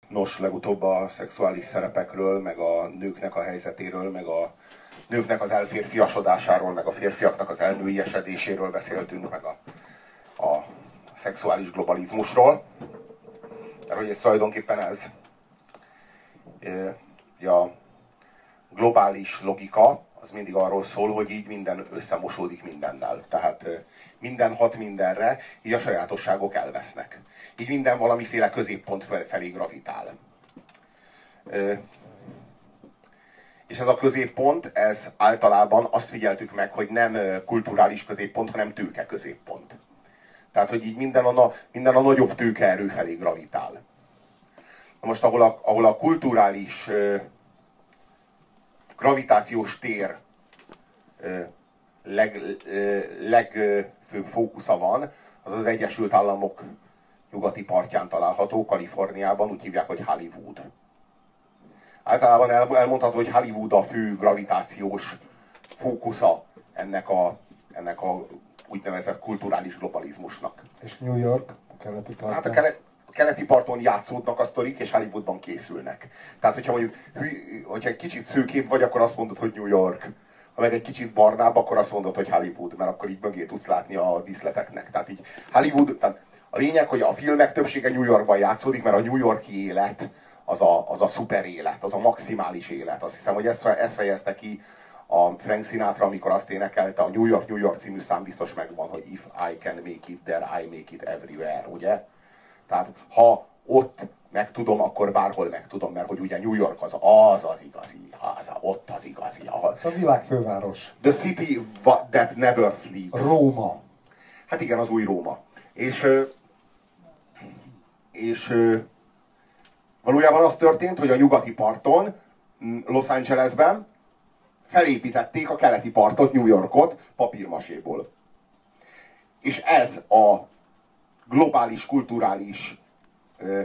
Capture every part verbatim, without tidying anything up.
Nos, legutóbb a szexuális szerepekről, meg a nőknek a helyzetéről, meg a nőknek az elférfiasodásáról, meg a férfiaknak az elnőiesedéséről beszéltünk, meg a, a szexuális globalizmusról. Mert hogy ez tulajdonképpen ez. A globális logika az mindig arról szól, hogy így minden összemosódik mindennel. Tehát minden hat mindenre, így a sajátosságok elvesznek. Így minden valamiféle középpont felé gravitál. És ez a középpont, ez általában azt figyeltük meg, hogy nem kulturális középpont, hanem tőke középpont. Tehát, hogy így minden a, minden a nagyobb tőkeerő felé gravitál. Na most, ahol a, ahol a kulturális gravitációs tér legfőbb fókusza van, az az Egyesült Államok nyugati partján található, Kaliforniában, úgy hívják, hogy Hollywood. Általában elmondható, hogy Hollywood a fő gravitációs fókusza ennek a, ennek a úgynevezett kulturális globalizmusnak. És New York, a keleti parton? Hát a, kelet, a keleti parton játszódnak a sztorik, és Hollywoodban készülnek. Tehát, hogyha mondjuk, hogyha egy kicsit szőkébb vagy, akkor azt mondod, hogy New York. Ha meg egy kicsit barnább, akkor azt mondod, hogy Hollywood, mert akkor így mögé tudsz látni a díszleteknek. Tehát így Hollywood, tehát a lényeg, hogy a filmek többsége New Yorkban játszódik, mert a New York-i élet az a, az a szuper élet, az a maximális élet. Azt hiszem, hogy ezt, ezt fejezte ki a Frank Sinatra, amikor azt énekelte, a New York, New York című szám biztos megvan, hogy if I can make it there, I make it everywhere, ugye? Tehát ha ott megtudom, akkor bárhol megtudom, mert hogy ugye New York az az, az igazi, az, ott az igazi. A világ főváros. The city that never sleeps. Róma. Hát igen, az új Róma. És, és valójában az történt, hogy a nyugati parton, Los Angelesben felépítették a keleti partot, New Yorkot papírmaséból. És ez a globális, kulturális ö,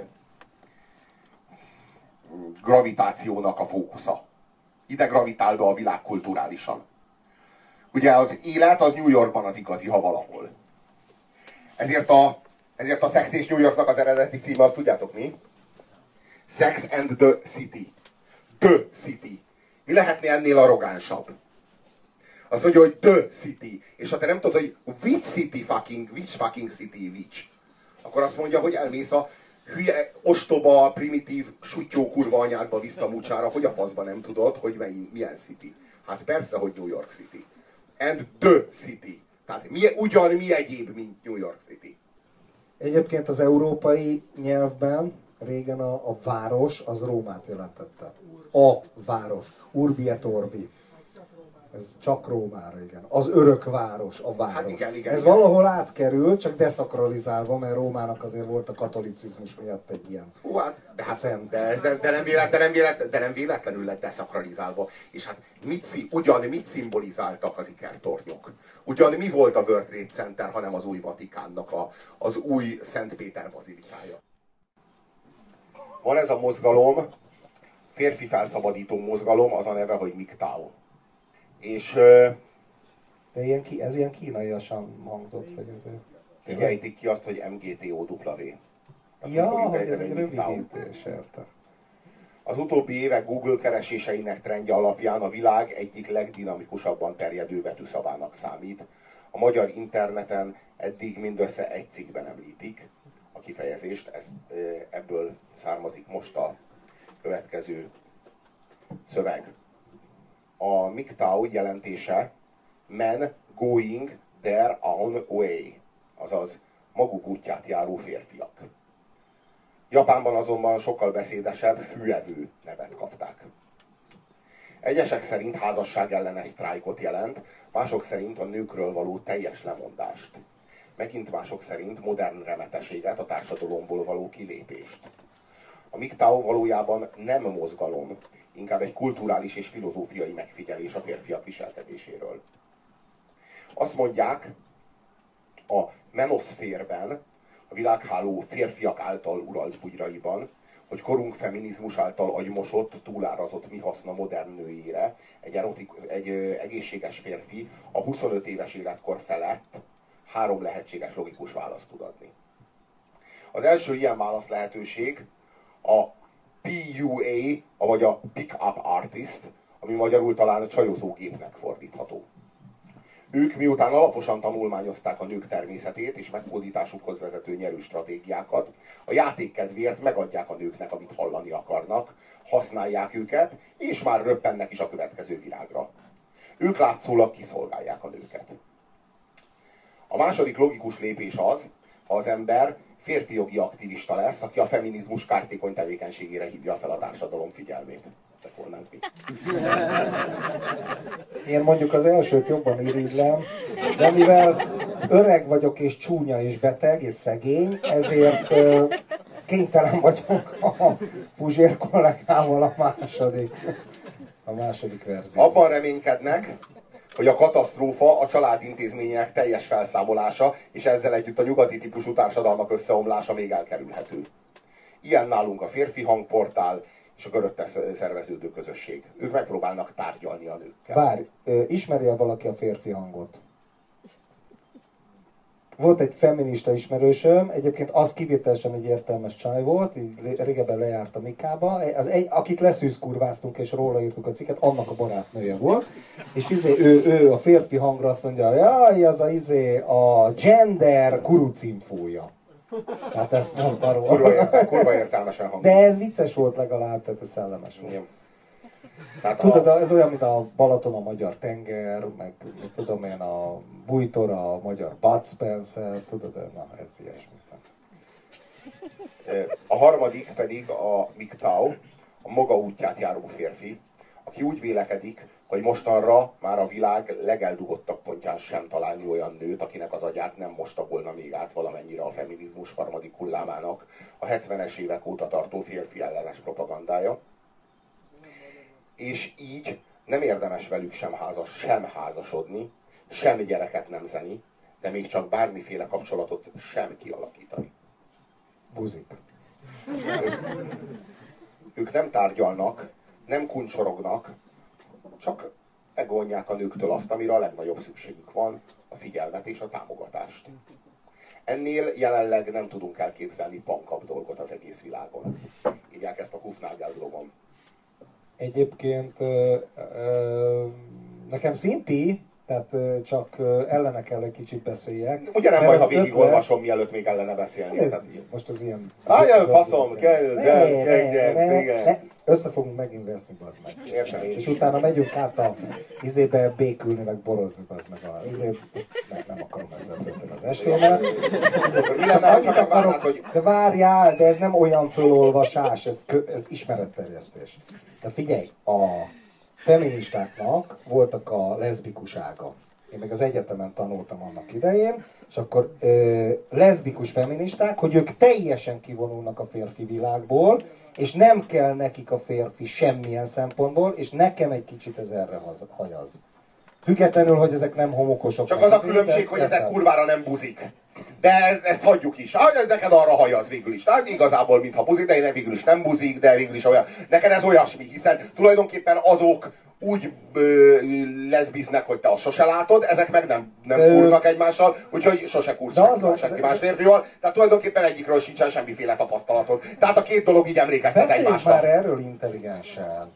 gravitációnak a fókusza. Ide gravitál be a világ kulturálisan. Ugye az élet az New Yorkban az igazi, ha valahol. Ezért a, ezért a Sex és New Yorknak az eredeti címe, azt tudjátok mi? Sex and the City. The City. Mi lehetne ennél arrogánsabb? Azt mondja, hogy the city. És ha te nem tudod, hogy which city fucking, which fucking city, which, akkor azt mondja, hogy elmész a hülye, ostoba, primitív, sutyó kurva anyádba visszamúcsára, hogy a faszban nem tudod, hogy mely, milyen city. Hát persze, hogy New York City. And the city. Tehát mi, ugyan mi egyéb, mint New York City. Egyébként az európai nyelvben régen a, a város az Rómát jelentette. A város. Urbi et orbi. Ez csak Rómára, igen. Az örök város, a város. Hát igen, igen, Ez igen. valahol átkerül, csak deszakralizálva, mert Rómának azért volt a katolicizmus miatt egy ilyen Hú, hát, de, hát, szent. de, ez de, de, nem vélet, de, nem vélet, de nem véletlenül lett deszakralizálva. És hát mit, ugyan mit szimbolizáltak az ikertornyok? Ugyan mi volt a World Trade Center, hanem az új Vatikánnak a, az új Szent Péter bazilikája. Van ez a mozgalom, férfi felszabadító mozgalom, az a neve, hogy em gé té o. És... De ilyen ki, ez ilyen kínaiasan hangzott, hogy ez... Így ejtik ki azt, hogy em gé té o dupla vé. Ja, hogy ez egy rövidítés, érte. Az utóbbi évek Google kereséseinek trendje alapján a világ egyik legdinamikusabban terjedő betűszavának számít. A magyar interneten eddig mindössze egy cikkben említik a kifejezést, ez, ebből származik most a következő szöveg. A em gé té o jelentése men going their own way, azaz maguk útját járó férfiak. Japánban azonban sokkal beszédesebb fűevő nevet kapták. Egyesek szerint házasságellenes sztrájkot jelent, mások szerint a nőkről való teljes lemondást. Megint mások szerint modern remeteséget, a társadalomból való kilépést. A em gé té o valójában nem mozgalom, inkább egy kulturális és filozófiai megfigyelés a férfiak viselkedéséről. Azt mondják, a menoszférben, a világháló férfiak által uralt bugyraiban, hogy korunk feminizmus által agymosott, túlárazott mi haszna modern nőjére egy, erotik, egy ö, egészséges férfi a huszonöt éves életkor felett három lehetséges logikus választ tud adni. Az első ilyen válasz lehetőség a U A, vagy a Pick-up Artist, ami magyarul talán a csajozógépnek fordítható. Ők miután alaposan tanulmányozták a nők természetét és megfordításukhoz vezető nyerő stratégiákat, a játék kedvéért megadják a nőknek, amit hallani akarnak, használják őket, és már röppennek is a következő virágra. Ők látszólag kiszolgálják a nőket. A második logikus lépés az, ha az ember férfi jogi aktivista lesz, aki a feminizmus kártékony tevékenységére hívja fel a társadalom figyelmét. Én mondjuk az elsőt jobban irigylem, de mivel öreg vagyok és csúnya és beteg és szegény, ezért uh, kénytelen vagyok a Puzsér kollégával a második, a második verzió. Abban reménykednek, hogy a katasztrófa a családintézmények teljes felszámolása, és ezzel együtt a nyugati típusú társadalmak összeomlása még elkerülhető. Ilyen nálunk a Férfi Hangportál és a körötte szerveződő közösség. Ők megpróbálnak tárgyalni a nőkkel. Várj, ismeri el valaki a Férfi Hangot? Volt egy feminista ismerősöm, egyébként az kivételesen egy értelmes csaj volt, így régebben lejárt a Mikába, az egy, akit leszűzkurváztunk és róla írtuk a cikket, annak a barátnője volt, és izé, ő, ő a Férfi Hangra azt mondja, jaj, az a, izé, a gender kurucinfója. Tehát ezt mondta róla. Kurva, értel, kurva értelmesen hangzik. De ez vicces volt legalább, tehát ez szellemes volt. Igen. Hát Tudod, a... ez olyan, mint a Balaton a magyar tenger, meg mit tudom én, a Bújtor a magyar Bud Spencer, tudod, na ez ilyesmi. A harmadik pedig a em gé té o, a maga útját járó férfi, aki úgy vélekedik, hogy mostanra már a világ legeldugottabb pontján sem találni olyan nőt, akinek az agyát nem mosta volna még át valamennyire a feminizmus harmadik hullámának a hetvenes évek óta tartó férfi ellenes propagandája. És így nem érdemes velük sem, házas, sem házasodni, sem gyereket nemzeni, de még csak bármiféle kapcsolatot sem kialakítani. Buzik. Ők, ők nem tárgyalnak, nem kuncsorognak, csak megvonják a nőktől azt, amire a legnagyobb szükségük van, a figyelmet és a támogatást. Ennél jelenleg nem tudunk elképzelni pankabb dolgot az egész világon. Írják ezt a Hufnagel blogon. Egyébként ö, ö, nekem szinti, tehát ö, csak ö, ellene kell egy kicsit beszéljek. Ugye nem baj, ha végigolvasom, mielőtt még ellene beszélni. É, most az ilyen... Álljon faszom, kell, össze fogunk megint veszni, bazd meg. Értem én És is. utána megyünk át a izébe békülni, meg borozni, bazd meg a izé, meg nem akarom ezzel tölteni az estémet. Csak annyit akarok, de várjál, de ez nem olyan fölolvasás, ez, ez ismeretterjesztés. De figyelj, a feministáknak voltak a leszbikus ága. Én meg az egyetemen tanultam annak idején, és akkor ö, leszbikus feministák, hogy ők teljesen kivonulnak a férfi világból, és nem kell nekik a férfi semmilyen szempontból, és nekem egy kicsit ez erre hajaz. Függetlenül, hogy ezek nem homokosok. Csak az a különbség, hogy ezek kurvára nem buzik. De ezt, ezt hagyjuk is. Ah, neked arra hajaz végül is. Tehát igazából, mintha buzik, de én végül is nem buzik, de végül is olyan. Neked ez olyasmi, hiszen tulajdonképpen azok úgy ö, leszbiznek, hogy te azt sose látod, ezek meg nem, nem Ö... kurnak egymással, úgyhogy sose kursz senki, senki más férfival. Tehát tulajdonképpen egyikről sincsen semmiféle tapasztalatod. Tehát a két dolog így emlékeztet egymásra. Beszéljünk már erről intelligensen.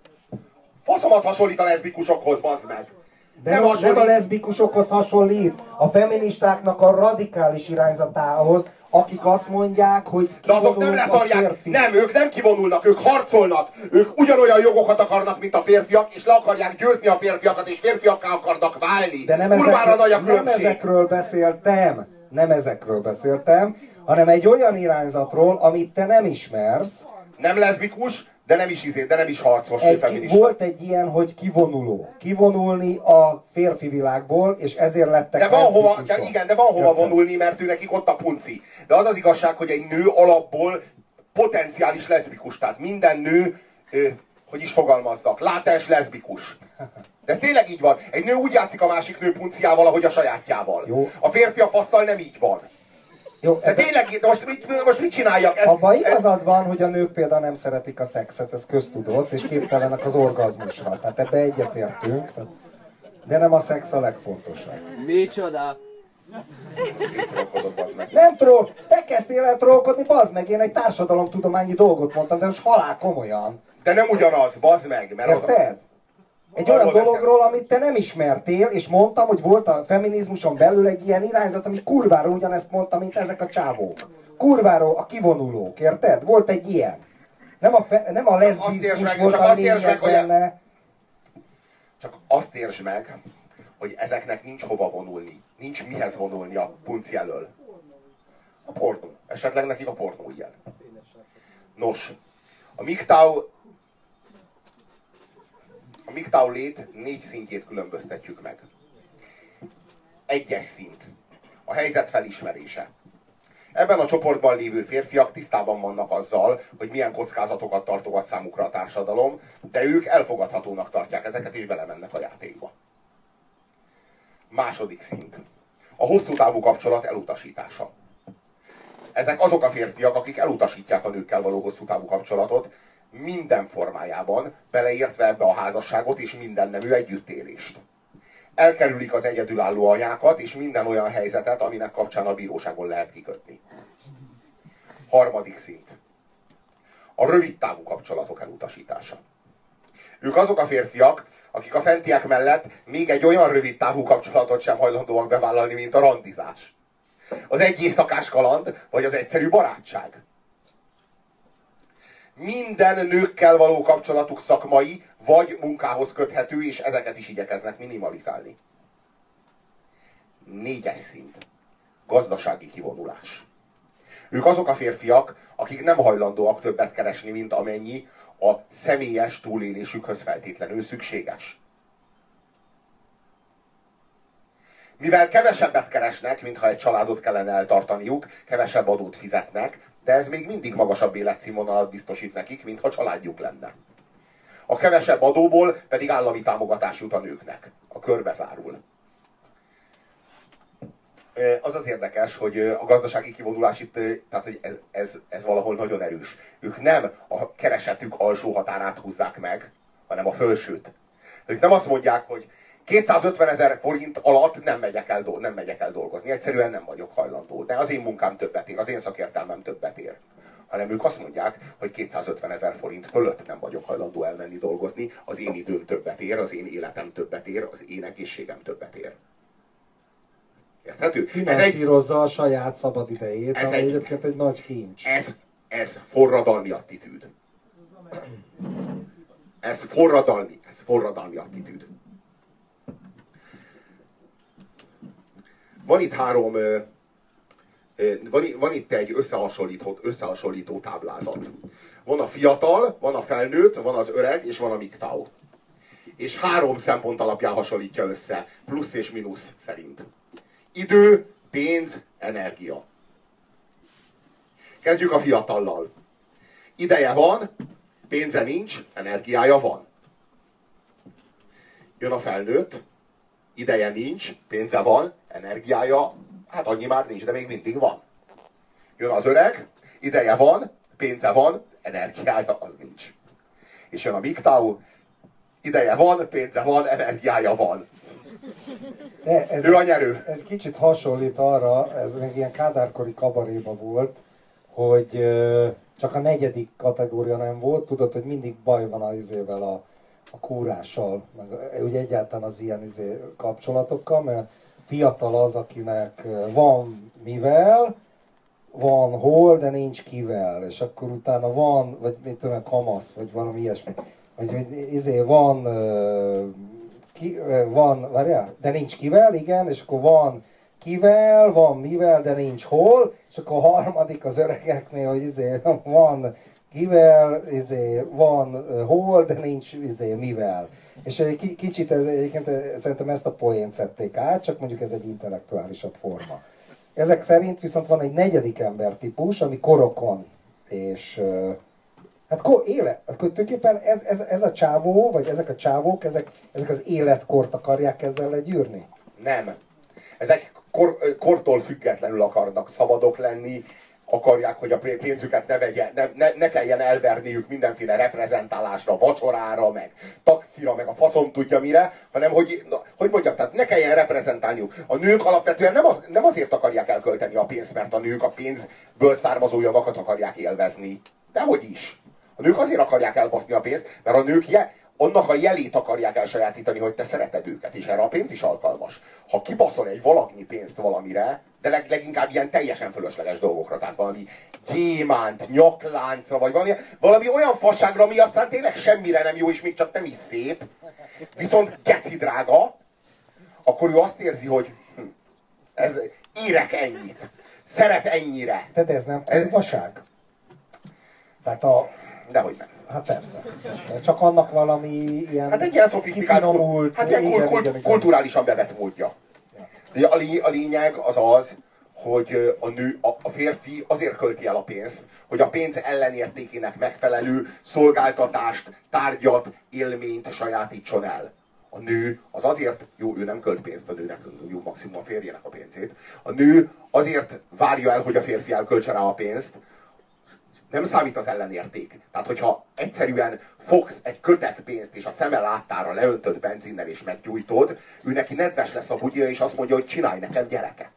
Faszomat hasonlít a leszbikusokhoz, bazd meg. De nem, nem, nem a leszbikusokhoz hasonlít, a feministáknak a radikális irányzatához, akik azt mondják, hogy de azok nem leszarják, nem, ők nem kivonulnak, ők harcolnak, ők ugyanolyan jogokat akarnak, mint a férfiak, és le akarják győzni a férfiakat, és férfiakká akarnak válni. De nem, ezekről, nem ezekről beszéltem, nem ezekről beszéltem, hanem egy olyan irányzatról, amit te nem ismersz. Nem leszbikus, de nem is izé, de nem is harcos, egy, feminista. Volt egy ilyen, hogy kivonuló. Kivonulni a férfi világból, és ezért lettek de van hova, de igen, de van hova vonulni, mert ő nekik ott a punci. De az az igazság, hogy egy nő alapból potenciális leszbikus. Tehát minden nő, ö, hogy is fogalmazzak, látens leszbikus. De ez tényleg így van. Egy nő úgy játszik a másik nő punciával, ahogy a sajátjával. Jó. A férfi a fasszal nem így van. Jó, de tényleg, de most, mit, most mit csináljak? Ez, abban igazad van, hogy a nők például nem szeretik a szexet, ez köztudott, és képtelenek az orgazmusra. Tehát ebbe egyetértünk, de nem a szex a legfontosabb. Micsoda? Széttrollkodott, bazd meg. Nem troll, te kezdtél el trollkodni, bazd meg, én egy társadalomtudományi dolgot mondtam, de most halál komolyan. De nem ugyanaz, bazd meg, mert az... Érted? Egy olyan dologról, amit te nem ismertél, és mondtam, hogy volt a feminizmuson belül egy ilyen irányzat, ami kurvára ugyanezt mondta, mint ezek a csávók. Kurvára a kivonulók, érted? Volt egy ilyen. Nem a, fe, nem a leszbizmus volt a lényeg benne. Csak azt értsd meg, hogy ezeknek nincs hova vonulni. Nincs mihez vonulni a punci elől. A pornó. Esetleg nekik a pornó ilyen. Nos, a em gé té o a em gé té o lét négy szintjét különböztetjük meg. Egyes szint. A helyzet felismerése. Ebben a csoportban lévő férfiak tisztában vannak azzal, hogy milyen kockázatokat tartogat számukra a társadalom, de ők elfogadhatónak tartják ezeket, és belemennek a játékba. Második szint. A hosszú távú kapcsolat elutasítása. Ezek azok a férfiak, akik elutasítják a nőkkel való hosszú távú kapcsolatot minden formájában, beleértve ebbe a házasságot és minden nemű együttélést. Elkerülik az egyedülálló anyákat és minden olyan helyzetet, aminek kapcsán a bíróságon lehet kikötni. Harmadik szint. A rövid távú kapcsolatok elutasítása. Ők azok a férfiak, akik a fentiek mellett még egy olyan rövid távú kapcsolatot sem hajlandóak bevállalni, mint a randizás. Az egy éjszakás kaland, vagy az egyszerű barátság. Minden nőkkel való kapcsolatuk szakmai, vagy munkához köthető, és ezeket is igyekeznek minimalizálni. Négyes szint. Gazdasági kivonulás. Ők azok a férfiak, akik nem hajlandóak többet keresni, mint amennyi a személyes túlélésükhöz feltétlenül szükséges. Mivel kevesebbet keresnek, mintha egy családot kellene eltartaniuk, kevesebb adót fizetnek, de ez még mindig magasabb életszínvonalat biztosít nekik, mintha családjuk lenne. A kevesebb adóból pedig állami támogatás jut a nőknek. A körbe zárul. Az az érdekes, hogy a gazdasági kivonulás itt, tehát hogy ez, ez, ez valahol nagyon erős. Ők nem a keresetük alsó határát húzzák meg, hanem a fölsőt. Ők nem azt mondják, hogy kétszázötven ezer forint alatt nem megyek, el, nem megyek el dolgozni. Egyszerűen nem vagyok hajlandó. De az én munkám többet ér, az én szakértelmem többet ér. Hanem ők azt mondják, hogy kétszázötven ezer forint fölött nem vagyok hajlandó elmenni dolgozni, az én időm többet ér, az én életem többet ér, az én egészségem többet ér. Érthető? Finanszírozza egy, a saját szabadidejét, ami egy, egyébként egy nagy kincs. Ez, ez forradalmi attitűd. Ez forradalmi, ez forradalmi attitűd. Van itt három, van, van itt egy összehasonlító, összehasonlító táblázat. Van a fiatal, van a felnőtt, van az öreg, és van a em gé té o. És három szempont alapján hasonlítja össze, plusz és mínusz szerint. Idő, pénz, energia. Kezdjük a fiatallal. Ideje van, pénze nincs, energiája van. Jön a felnőtt, ideje nincs, pénze van, energiája, hát annyi már nincs, de még mindig van. Jön az öreg, ideje van, pénze van, energiája az nincs. És jön a em gé té o, ideje van, pénze van, energiája van. De ez, ő a nyerő. Ez kicsit hasonlít arra, ez még ilyen kádárkori kabaréba volt, hogy csak a negyedik kategória nem volt, tudod, hogy mindig baj van az izével a, a kúrással, meg ugye egyáltalán az ilyen izé kapcsolatokkal, mert fiatal az, akinek van mivel, van hol, de nincs kivel, és akkor utána van, vagy mit tudom, kamasz, vagy valami ilyesmi, vagy izé van, ki, van, várjál, de nincs kivel, igen, és akkor van kivel, van mivel, de nincs hol, és akkor a harmadik az öregeknél, hogy izé van kivel, izé van hol, de nincs izé mivel. És egy kicsit ez, egyébként szerintem ezt a poént szedték át, csak mondjuk ez egy intellektuálisabb forma. Ezek szerint viszont van egy negyedik embertípus, ami korokon, és hát ko, élet, tulajdonképpen ez, ez, ez a csávó, vagy ezek a csávók, ezek, ezek az életkort akarják ezzel legyűrni? Nem. Ezek kor, kortól függetlenül akarnak szabadok lenni, akarják, hogy a pénzüket ne, vegye, ne, ne, ne kelljen elverniük mindenféle reprezentálásra, vacsorára, meg taxira, meg a faszom tudja mire, hanem hogy, na, hogy mondjam, tehát ne kelljen reprezentálniuk. A nők alapvetően nem, az, nem azért akarják elkölteni a pénzt, mert a nők a pénzből származó javakat akarják élvezni. Dehogy is. A nők azért akarják elbaszni a pénzt, mert a nők je, annak a jelét akarják elsajátítani, hogy te szereted őket, és erre a pénz is alkalmas. Ha kibaszol egy valagnyi pénzt valamire, de leg, leginkább ilyen teljesen fölösleges dolgokra, tehát valami gyémánt, nyakláncra, vagy valami, valami olyan fasságra, ami aztán tényleg semmire nem jó, és még csak nem is szép, viszont geci drága, akkor ő azt érzi, hogy hm, ez, érek ennyit, szeret ennyire. Tehát ez nem fasság? Tehát a... Dehogy nem. Hát persze, persze. Csak annak valami ilyen... Hát egy ilyen szofisztikált, kifinomult, hát ilyen igen, kult, igen, igen. kulturálisan bevett módja. De a, lény, a lényeg az az, hogy a, nő, a, a férfi azért költi el a pénzt, hogy a pénz ellenértékének megfelelő szolgáltatást, tárgyat, élményt sajátítson el. A nő az azért, jó, ő nem költ pénzt a nőnek, jó, maximum a férjének a pénzét. A nő azért várja el, hogy a férfi elköltse rá a pénzt, nem számít az ellenérték. Tehát, hogyha egyszerűen fogsz egy kötek pénzt, és a szeme láttára leöntöd benzinnel és meggyújtod, ő neki nedves lesz a bugyja, és azt mondja, hogy csinálj nekem gyereket.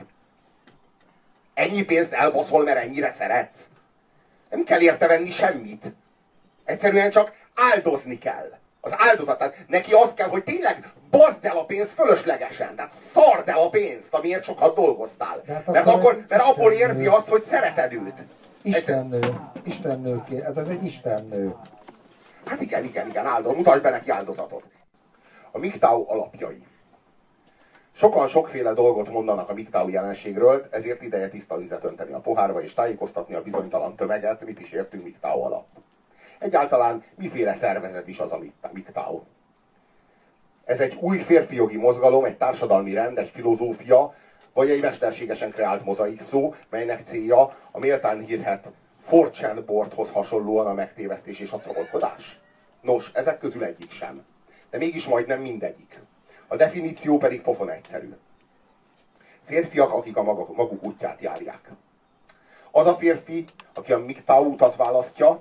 Ennyi pénzt elbaszol, mert ennyire szeretsz. Nem kell érte venni semmit. Egyszerűen csak áldozni kell. Az áldozat. Tehát neki az kell, hogy tényleg baszd el a pénzt fölöslegesen. Tehát szard el a pénzt, amiért sokat dolgoztál. Hát mert akkor, mert abból érzi azt, hogy szereted őt. Istennő. Istennő. Ez, ez egy istennő. Hát igen, igen, igen, áldozat. Mutasd be neki áldozatot. A em gé té o alapjai. Sokan sokféle dolgot mondanak a em gé té o jelenségről, ezért ideje tiszta vizet önteni a pohárba és tájékoztatni a bizonytalan tömeget, mit is értünk em gé té o alatt. Egyáltalán miféle szervezet is az a em gé té o? Ez egy új férfi jogi mozgalom, egy társadalmi rend, egy filozófia, vagy egy mesterségesen kreált mozaik szó, melynek célja a méltán hírhedt four chan boardhoz hasonlóan a megtévesztés és a trollkodás? Nos, ezek közül egyik sem. De mégis majdnem mindegyik. A definíció pedig pofon egyszerű. Férfiak, akik a maguk, maguk útját járják. Az a férfi, aki a em gé té o utat választja,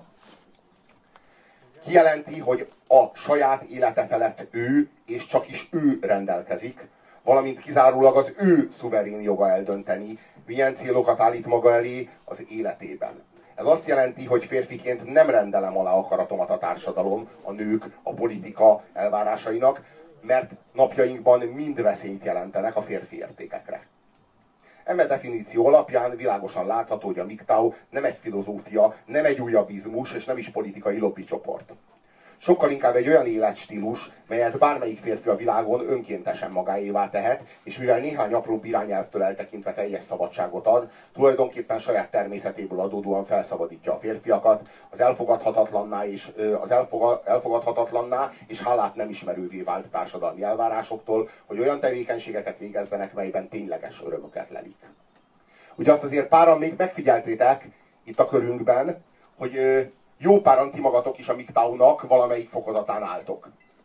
kijelenti, hogy a saját élete felett ő, és csak is ő rendelkezik, valamint kizárólag az ő szuverén joga eldönteni, milyen célokat állít maga elé az életében. Ez azt jelenti, hogy férfiként nem rendelem alá akaratomat a társadalom, a nők, a politika elvárásainak, mert napjainkban mind veszélyt jelentenek a férfi értékekre. Eme definíció alapján világosan látható, hogy a em gé té o nem egy filozófia, nem egy újabbizmus, és nem is politikai lobbycsoport. Sokkal inkább egy olyan életstílus, melyet bármelyik férfi a világon önkéntesen magáévá tehet, és mivel néhány apróbb irányelvtől eltekintve teljes szabadságot ad, tulajdonképpen saját természetéből adódóan felszabadítja a férfiakat az elfogadhatatlanná és, az elfogad, elfogadhatatlanná és hálát nem ismerővé vált társadalmi elvárásoktól, hogy olyan tevékenységeket végezzenek, melyben tényleges örömöket lelik. Ugye azt azért páran még megfigyeltétek itt a körünkben, hogy jó páran ti magatok is a em gé té o-nak valamelyik fokozatán álltok.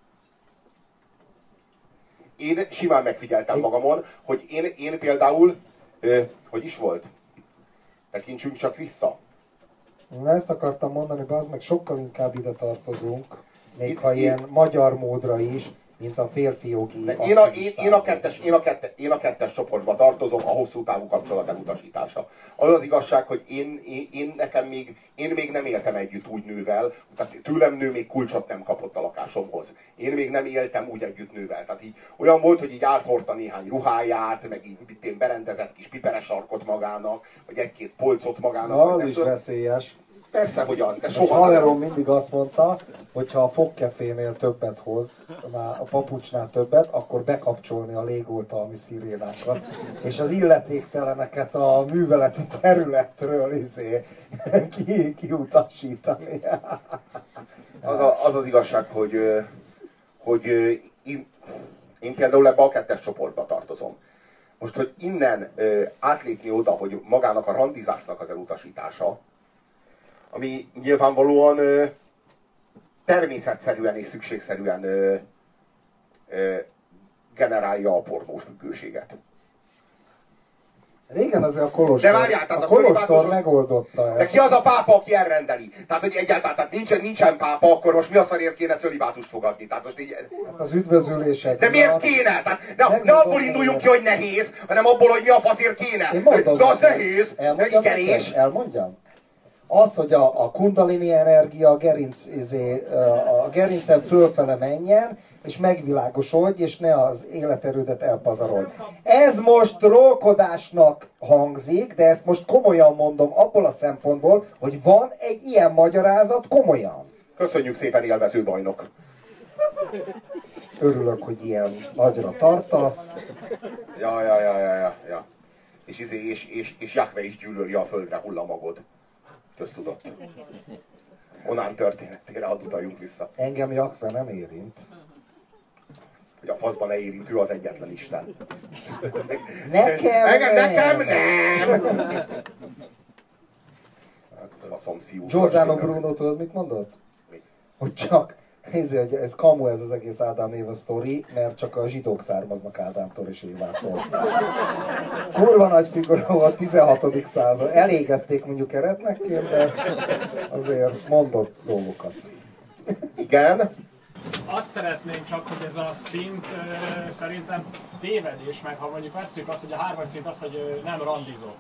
Én simán megfigyeltem magamon, hogy én, én például, ö, hogy is volt? Tekintsünk csak vissza. Na ezt akartam mondani, de az meg sokkal inkább ide tartozunk, még Itt, ha én, ilyen magyar módra is, mint a férfi jogi. Én a, én, én, a kettes, én, a kette, én a kettes csoportba tartozom, a hosszú távú kapcsolat elutasítása. Az az igazság, hogy én, én, én nekem még, én még nem éltem együtt úgy nővel, tehát tőlem nő még kulcsot nem kapott a lakásomhoz. Én még nem éltem úgy együtt nővel. Tehát így olyan volt, hogy így áthordta néhány ruháját, meg így én berendezett kis piperes sarkot magának, vagy egy-két polcot magának. Na, az is tudom. Veszélyes. Persze, hogy az, de soha Haverom mindig azt mondta, hogy ha a fogkefénél többet hoz, a papucsnál többet, akkor bekapcsolni a légoltalmi szirénákat, és az illetékteleneket a műveleti területről izé, ki, kiutasítani. Az, a, az az igazság, hogy, hogy én, én például ebbe a kettes csoportba tartozom. Most, hogy innen átlépni oda, hogy magának a randizásnak az elutasítása, ami nyilvánvalóan ö, természetszerűen és szükségszerűen ö, ö, generálja a pornófüggőséget. Régen azért a Kolostor, de várjál, tehát a a Kolostor megoldotta ezt. De ki az a pápa, aki elrendeli? Tehát, hogy egyáltalán tehát nincsen, nincsen pápa, akkor most mi a szarért kéne cölibátust fogadni? Tehát most így... Hát az üdvözülések. De miért kéne? Tehát ne, ne abból induljunk ki, hogy nehéz, hanem abból, hogy mi a faszért kéne. Mondom, de az nehéz, elmondjam, igenés. Elmondjam? Az, hogy a, a kundalini energia a, gerinc, izé, a gerincen fölfele menjen, és megvilágosodj, és ne az életerődet elpazarold. Ez most trollkodásnak hangzik, de ezt most komolyan mondom abból a szempontból, hogy van egy ilyen magyarázat komolyan. Köszönjük szépen, élvező bajnok. Örülök, hogy ilyen nagyra tartasz. Ja, ja, ja, ja, ja. ja. És, és, és, és, és Jakve is gyűlöli a földre hullamagod. Köztudott. Onnan történetére hadd utaljunk vissza. Engem Jakve nem érint. Hogy a faszban ne érint, ő az egyetlen Isten. Nekem Engem, nem! nekem nem! Hát, faszom szíjú. Giordano Bruno, tudod mit mondott? Mi? Hogy csak, ez, ez kamu ez az egész Ádám Éva sztori, mert csak a zsidók származnak Ádámtól és Évától. Kurva nagy figura volt, tizenhatodik század. Elégették mondjuk eretnekként, de azért mondott dolgokat. Igen? Azt szeretnénk csak, hogy ez a szint uh, szerintem tévedés, meg ha mondjuk vesszük azt, hogy a hármas szint az, hogy uh, nem randizok.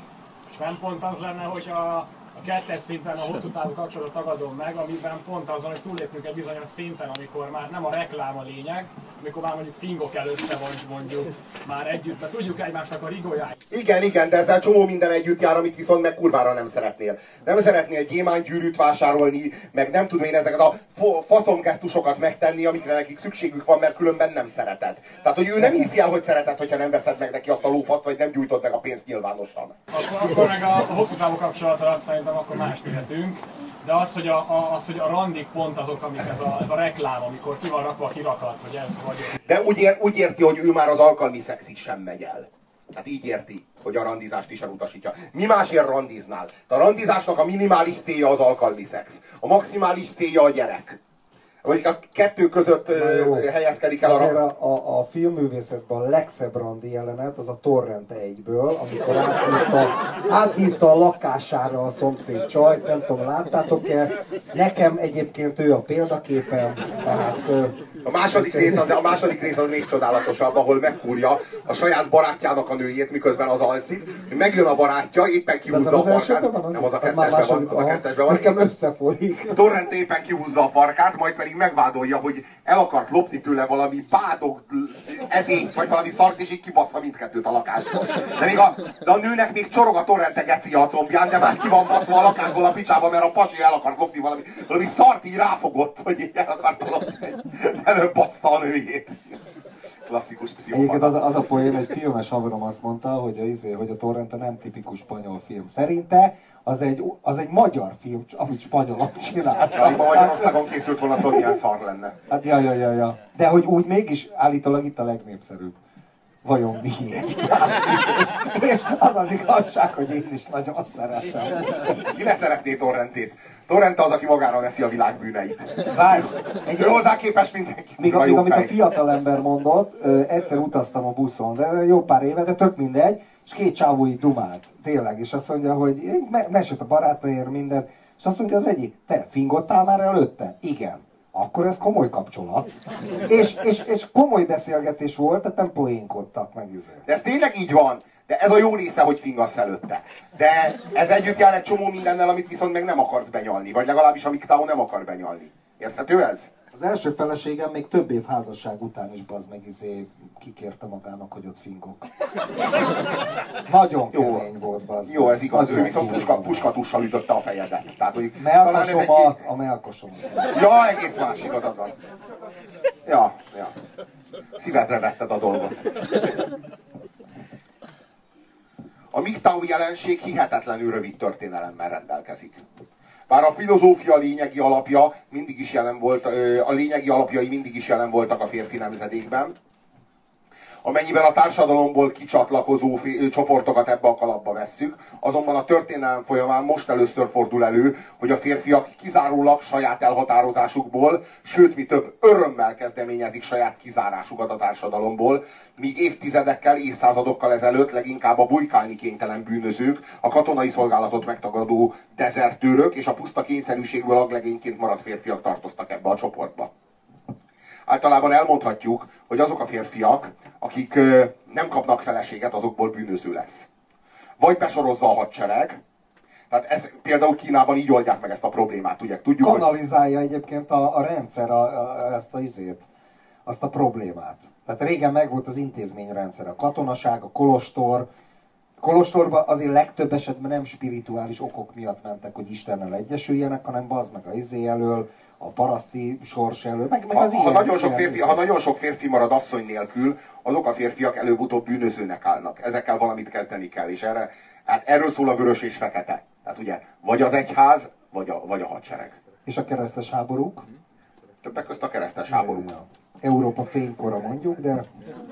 És nem pont az lenne, hogy a, a kettes szinten a hosszú távú kapcsolatot tagadom meg, amiben pont azon, hogy túllépünk egy bizonyos szinten, amikor már nem a reklám a lényeg, amikor már mondjuk fingok előtte vagy mondjuk már együtt, mert tudjuk egymásnak a rigójáit. Igen, igen, de ezzel csomó minden együtt jár, amit viszont meg kurvára nem szeretnél. Nem szeretnél gyémánygyűrűt vásárolni, meg nem tudom én ezeket a faszomgesztusokat megtenni, amikre nekik szükségük van, mert különben nem szereted. Tehát, hogy ő nem hiszi el, hogy szereted, hogyha nem veszed meg neki azt a lófaszt, vagy nem gyújtod meg a pénzt nyilvánosan. Akkor, akkor meg a, a hosszú távú kapcsolatra szerintem akkor más tehetünk. De az, hogy a, a, az, hogy a randik pont azok, amik ez a, ez a reklám, amikor ki van rakva a kirakat, hogy ez vagy... De úgy, ér, úgy érti, hogy ő már az alkalmi szexig sem megy el. Hát így érti, hogy a randizást is elutasítja. Mi másért randiznál? A randizásnak a minimális célja az alkalmi szex. A maximális célja a gyerek. Vagy a kettő között jó, helyezkedik el azért a... a, a, a filmművészetben a legszebb randi jelenet az a Torrent egyből, amikor áthívta, áthívta a lakására a szomszéd csajt, nem tudom, láttátok-e? Nekem egyébként ő a példaképem, tehát... A második, rész az, a második rész az még csodálatosabb, ahol megkúrja a saját barátjának a nőjét, miközben az alszik, hogy megjön a barátja, éppen kihúzza a farkát. Van, az nem, az a az kettesben van, az a kettesben van. Nekem összefolyik. Torrent éppen kihúzza a farkát, majd pedig megvádolja, hogy el akart lopni tőle valami bádog edényt, vagy valami szart, és így kibassza mindkettőt a lakásból. De, még a, de a nőnek még csorog a Torrente gecia a combján, de már ki van baszva a lakásból a picsába, mert a pasi el akart lopni valami, valami szart így ráfogott, hogy így el akart lopni. Előbb baszta a nőjét. Klasszikus pszichopata. Egyébként az, az a poén, egy filmes haverom azt mondta, hogy a, izé, hogy a Torrente nem tipikus spanyol film. Szerinte az egy, az egy magyar film, amit spanyolok csináltak. Ha Magyarországon készült volna, tudod, milyen szar lenne. Hát ja, ja, ja, ja. De hogy úgy mégis állítólag itt a legnépszerűbb. Vajon miért? és, és az az igazság, hogy én is nagyon szeretem. Ki ne szeretné Torrentét? Torrente az, aki magára veszi a világ bűneit. Várj! Egy ő hozzá képest mindenki. Még, még amit a fiatalember mondott, ö, egyszer utaztam a buszon, de jó pár éve, de tök mindegy, és két csávó így dumált, tényleg, és azt mondja, hogy me- mesélt a barátnőért minden, és azt mondja az egyik, te fingottál már előtte? Igen. Akkor ez komoly kapcsolat. És, és, és komoly beszélgetés volt, tehát nem poénkodtak meg izé. De ez tényleg így van. De ez a jó része, hogy fingasz előtte. De ez együtt jár egy csomó mindennel, amit viszont meg nem akarsz benyalni. Vagy legalábbis amíg Tao nem akar benyalni. Érthető ez? Az első feleségem még több év házasság után is bazd meg izé kikérte magának, hogy ott fingok. Nagyon kemény volt bazd. Jó, ez igaz. Ő viszont puska, puskatussal ütötte a fejedet. Tehát, hogy melkosomat, egy... a melkosomat. Ja, egész más igazad van. Ja, ja. Szívedre vetted a dolgot. A em i gé té á u jelenség hihetetlenül rövid történelemmel rendelkezik. Bár a filozófia lényegi alapja mindig is jelen volt, a lényegi alapjai mindig is jelen voltak a férfi nemzedékben, amennyiben a társadalomból kicsatlakozó csoportokat ebbe a kalapba vesszük, azonban a történelem folyamán most először fordul elő, hogy a férfiak kizárólag saját elhatározásukból, sőt, mi több, örömmel kezdeményezik saját kizárásukat a társadalomból, míg évtizedekkel, évszázadokkal ezelőtt leginkább a bujkálni kénytelen bűnözők, a katonai szolgálatot megtagadó dezertőrök és a puszta kényszerűségből aglegényként maradt férfiak tartoztak ebbe a csoportba. Általában elmondhatjuk, hogy azok a férfiak, akik ö, nem kapnak feleséget, azokból bűnöző lesz. Vagy besorozza a hadsereg, tehát ez, például Kínában így oldják meg ezt a problémát, ugye? Tudjuk, kanalizálja hogy... egyébként a, a rendszer a, a, ezt a izét, azt a problémát. Tehát régen megvolt az intézményrendszer, a katonaság, a kolostor. Kolostorban azért legtöbb esetben nem spirituális okok miatt mentek, hogy Istennel egyesüljenek, hanem bazd meg a izé elől, a paraszti sors elől, meg, meg az ha, ilyen. Ha nagyon, sok férfi, ha nagyon sok férfi marad asszony nélkül, azok a férfiak előbb-utóbb bűnözőnek állnak. Ezekkel valamit kezdeni kell, és erre, hát erről szól a vörös és fekete. Tehát ugye, vagy az egyház, vagy a, vagy a hadsereg. És a keresztes háborúk? Többek közt a keresztes háborúk. Ja, Európa fénykora mondjuk, de...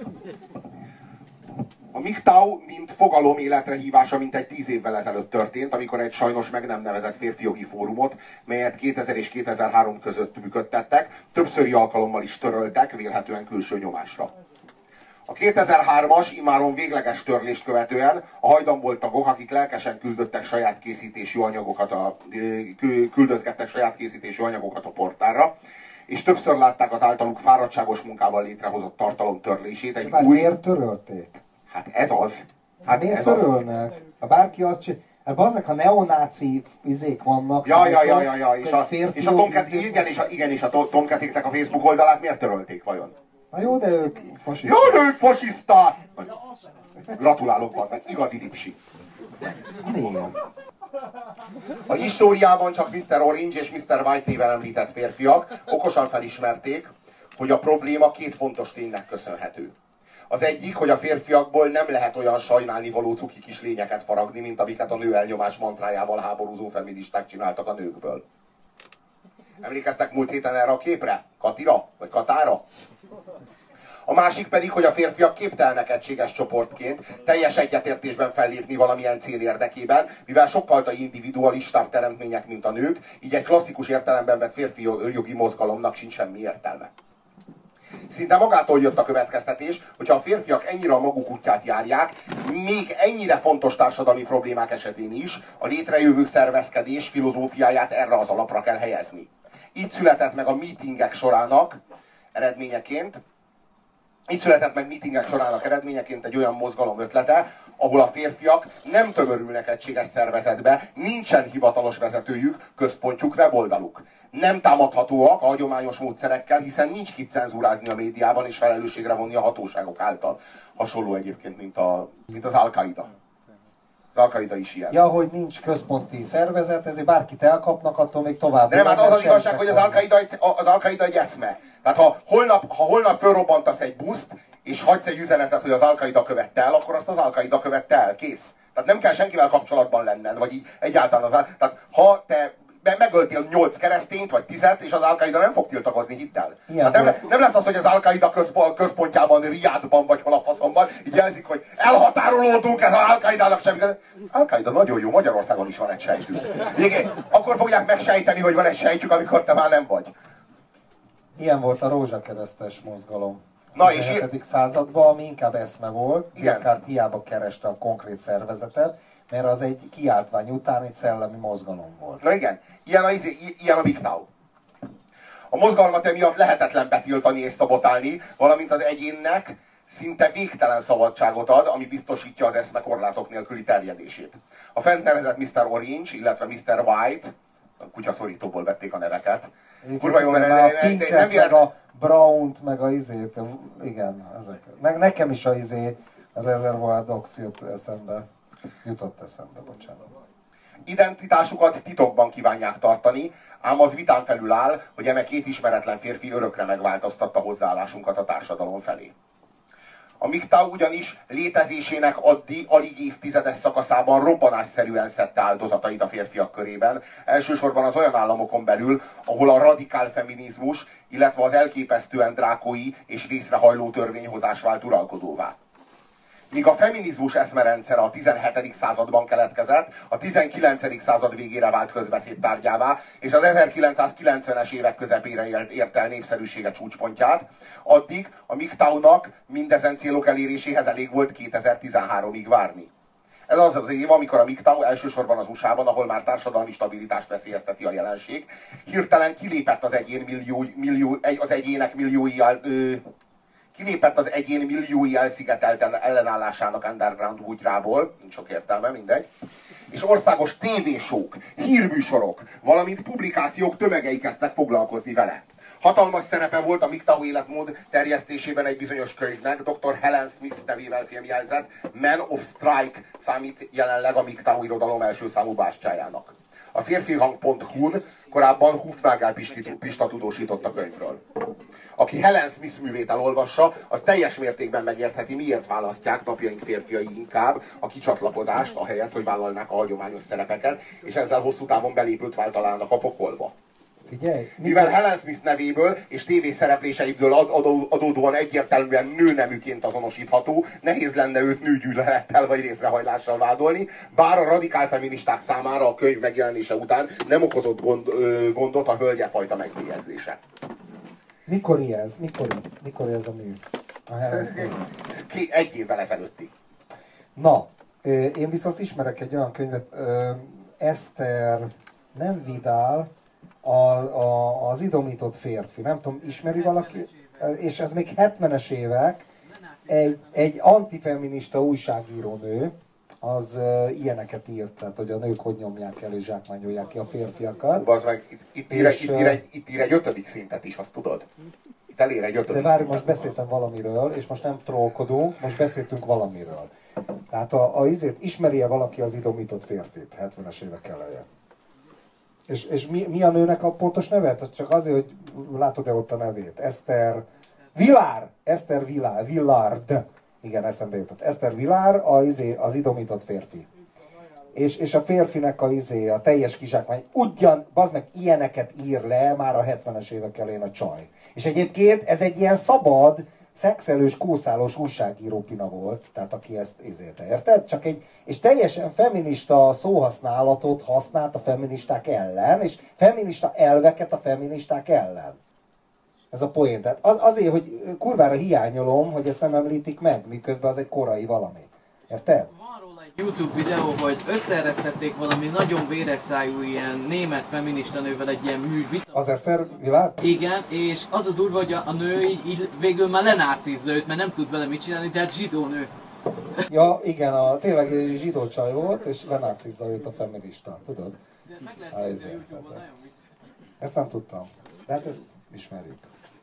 A em i gé té á u mint fogalom életre hívása mintegy tíz évvel ezelőtt történt, amikor egy sajnos meg nem nevezett férfijogi fórumot, melyet kétezer és kétezer-három között működtettek, többszöri alkalommal is töröltek, vélhetően külső nyomásra. A kétezer-hármas immáron végleges törlést követően a hajdanból tagok, akik lelkesen küzdöttek saját készítésű anyagokat, a, küldözgettek saját készítésű anyagokat a portálra, és többször látták az általuk fáradtságos munkával létrehozott tartalom törlését. Egy Bár új... miért törölték? Hát ez az. Hát miért ez törölnek? Az. Ha bárki azt csinál... Hát bazdmeg, ha neonáci izék vannak... Ja, ja, ja, ja, ja. És a, és a Tomcat, igen, és a, igen, és a Tomcatéknek a Facebook oldalát miért törölték vajon? Na jó, de ők fasiszták. Jó, de ők fasiszták! Gratulálok, bazdmeg, igazi lipsi. Miért? A históriában csak miszter Orange és miszter White néven említett férfiak okosan felismerték, hogy a probléma két fontos ténynek köszönhető. Az egyik, hogy a férfiakból nem lehet olyan sajnálnivaló cuki kis lényeket faragni, mint amiket a nő elnyomás mantrájával háborúzó feministák csináltak a nőkből. Emlékeztek múlt héten erre a képre? Katira? Vagy Katára? A másik pedig, hogy a férfiak képtelenek egységes csoportként teljes egyetértésben fellépni valamilyen cél érdekében, mivel sokkal individualistább teremtmények, mint a nők, így egy klasszikus értelemben vett férfi jogi mozgalomnak sincs semmi értelme. Szinte magától jött a következtetés, hogyha a férfiak ennyire a maguk útját járják, még ennyire fontos társadalmi problémák esetén is a létrejövő szervezkedés filozófiáját erre az alapra kell helyezni. Így született meg a meetingek sorának eredményeként, Így született meg meetingek sorának eredményeként egy olyan mozgalom ötlete, ahol a férfiak nem tömörülnek egységes szervezetbe, nincsen hivatalos vezetőjük, központjuk, weboldaluk. Nem támadhatóak a hagyományos módszerekkel, hiszen nincs kit cenzúrázni a médiában és felelősségre vonni a hatóságok által. Hasonló egyébként, mint, a, mint az Al-Qaida. Az Al-Qaida is ilyen. Ja, hogy nincs központi szervezet, ezért bárkit elkapnak, attól még tovább. De nem, hát az az igazság, hogy az Al-Qaida egy, az Al-Qaida egy eszme. Tehát ha holnap, ha holnap fölrobbantasz egy buszt, és hagysz egy üzenetet, hogy az Al-Qaida követte el, akkor azt az Al-Qaida követte el, kész. Tehát nem kell senkivel kapcsolatban lenned, vagy így egyáltalán az. Tehát ha te megöltél nyolc keresztényt, vagy tizet, és az Al-Qaida nem fog tiltakozni, hidd el. Hát nem, nem lesz az, hogy az Al-Qaida központjában, Riadban, vagy hol a faszomban, így jelzik, hogy elhatárolódunk, ez az Al-Qaidának semmi. Al-Qaida nagyon jó, Magyarországon is van egy sejtük. Igen, akkor fogják megsejteni, hogy van egy sejtjük, amikor te már nem vagy. Ilyen volt a rózsakeresztes mozgalom. Na, a tizenhetedik században, ami inkább eszme volt, Descartes hiába kereste a konkrét szervezetet, mert az egy kiáltvány után egy szellemi mozgalom volt. Na igen, ilyen a, ilyen a em i gé té á u. A mozgalmat emiatt lehetetlen betiltani és szabotálni, valamint az egyénnek szinte végtelen szabadságot ad, ami biztosítja az eszme korlátok nélküli terjedését. A fent nevezett miszter Orange, illetve miszter White, a kutyaszorítóból vették a neveket. Kurva jó, mert a Pinket, nem vélet... meg a Brownt, meg a izét, igen, ezek. Ne, nekem is a izé, a Reservoir Dogs jut eszembe. Jutott eszembe, bocsánat. Identitásukat titokban kívánják tartani, ám az vitán felül áll, hogy eme két ismeretlen férfi örökre megváltoztatta hozzáállásunkat a társadalom felé. A MGTOW ugyanis létezésének addig alig évtizedes szakaszában robbanásszerűen szedte áldozatait a férfiak körében, elsősorban az olyan államokon belül, ahol a radikál feminizmus, illetve az elképesztően drákói és részrehajló törvényhozás vált uralkodóvá. Míg a feminizmus eszmerendszere a tizenhetedik században keletkezett, a tizenkilencedik század végére vált közbeszéd tárgyává, és az ezerkilencszázkilencvenes évek közepére ért el népszerűsége csúcspontját, addig a MGTOW-nak mindezen célok eléréséhez elég volt kétezer-tizenháromig várni. Ez az az év, amikor a MGTOW elsősorban az u es á-ban, ahol már társadalmi stabilitást veszélyezteti a jelenség, hirtelen kilépett az egyén millió, millió, az egyének milliói ö, kilépett az egyén milliói elszigetelt ellenállásának underground bújtrából, nincs sok értelme, mindegy, és országos tévésók, hírműsorok, valamint publikációk tömegei kezdtek foglalkozni vele. Hatalmas szerepe volt a MGTOW életmód terjesztésében egy bizonyos könyvnek, doktor Helen Smith nevével filmjelzett Man of Strike számít jelenleg a MGTOW irodalom első számú bástyájának. A férfihang pont hu-n korábban Hufnagel Pista tudósított a könyvről. Aki Helen Smith művét elolvassa, az teljes mértékben megértheti, miért választják napjaink férfiai inkább a kicsatlakozást, ahelyett, hogy vállalnák a hagyományos szerepeket, és ezzel hosszú távon belépőt váltalának a pokolba. Figyelj, mivel Helen Smith nevéből és tévés szerepléseiből adó, adódóan egyértelműen nőneműként azonosítható, nehéz lenne őt nőgyűlölettel vagy részrehajlással vádolni, bár a radikál feministák számára a könyv megjelenése után nem okozott gond, ö, gondot a hölgyefajta megbélyegzése. Mikor ez? Mikor, mikor ez a mű? A Helen Smith? Egy évvel ezelőtti. Na, én viszont ismerek egy olyan könyvet, Eszter, nem Vidal, A, a, az idomított férfi, nem tudom, ismeri valaki? És ez még hetvenes évek, egy, egy antifeminista újságíró nő, az uh, ilyeneket írt, tehát hogy a nők hogy nyomják el és zsákmányolják ki a férfiakat. Bazd meg, itt, itt, ír, és, itt, ír egy, itt ír egy ötödik szintet is, azt tudod? Itt elér egy ötödik de várj, szintet. most beszéltem valamiről, és most nem trollkodunk, most beszéltünk valamiről. Tehát a, a izét, ismeri-e valaki az idomított férfit, hetvenes évek eleje? És, és mi, mi a nőnek a pontos neve? Csak azért, hogy látod-e ott a nevét. Eszter Vilár! Eszter Vilár, Villard. Igen, eszembe jutott. Eszter Vilár, a, izé, az idomított férfi. És, és a férfinek a, izé, a teljes kizsákmány. Ugyan, bazd meg, ilyeneket ír le már a hetvenes évek elején a csaj. És egyébként ez egy ilyen szabad, szexelős, kószálós újságíró pina volt, tehát aki ezt izélte, érted? Csak egy, és teljesen feminista szóhasználatot használt a feministák ellen, és feminista elveket a feministák ellen. Ez a poén. Tehát az, azért, hogy kurvára hiányolom, hogy ezt nem említik meg, miközben az egy korai valami. Érted? Van róla egy YouTube videó, hogy összeeresztették valami nagyon véres szájú ilyen német feminista nővel egy ilyen művit. Az Eszter Vilár? Igen, és az a durva, hogy a, a nő így, így végül már lenácizza őt, mert nem tud vele mit csinálni, de hát zsidó nő. Ja, igen, a, tényleg egy zsidó csaj volt, és lenácizza őt a feminista, tudod? De meg lehet nézni a YouTube-on, nagyon vicces. Ezt nem tudtam, de hát ezt ismerjük.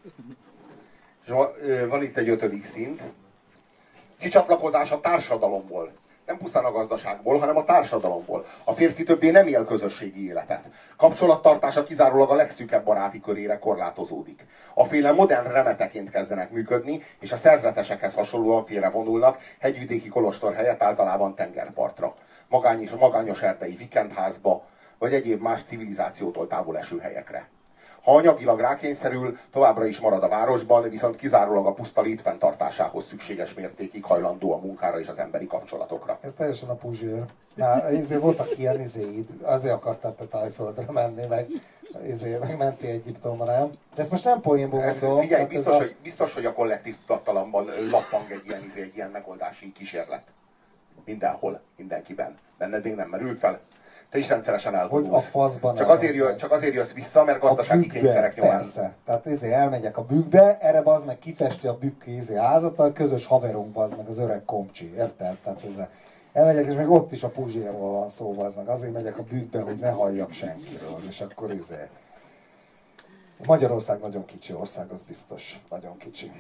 És van, van itt egy ötödik szint. Kicsatlakozás a társadalomból. Nem pusztán a gazdaságból, hanem a társadalomból. A férfi többé nem él közösségi életet. Kapcsolattartása kizárólag a legszűkebb baráti körére korlátozódik. A féle modern remeteként kezdenek működni, és a szerzetesekhez hasonlóan félrevonulnak hegyvidéki kolostor helyett általában tengerpartra. Magányos, magányos erdei vikendházba, vagy egyéb más civilizációtól távol eső helyekre. Ha anyagilag rákényszerül, továbbra is marad a városban, viszont kizárólag a puszta létfenntartásához szükséges mértékig hajlandó a munkára és az emberi kapcsolatokra. Ez teljesen a puzsér. Már ezért voltak ilyen izéid, azért akartál te Tájföldre menni, meg, izé, meg mentél Egyiptomra, nem? De ezt most nem poénból mondom. Figyelj, biztos, a... hogy, biztos, hogy a kollektív tudattalamban lappang egy ilyen, izé, egy ilyen megoldási kísérlet. Mindenhol, mindenkiben. Benned még nem merült fel? Te is rendszeresen elvonulsz. Csak azért, jö, csak azért jössz vissza, mert gazdasági bükkbe, kényszerek nyomán. Persze. Tehát izé elmegyek a bükkbe, erre bazd meg kifesti a bükk izé házat, a közös haverunk bazd meg az öreg komcsi, érted? Tehát ez a... Elmegyek, és még ott is a puzsérról van szó, bazd meg. Azért megyek a bükkbe, hogy ne halljak senkiről, és akkor izé... Magyarország nagyon kicsi ország, az biztos. Nagyon kicsi.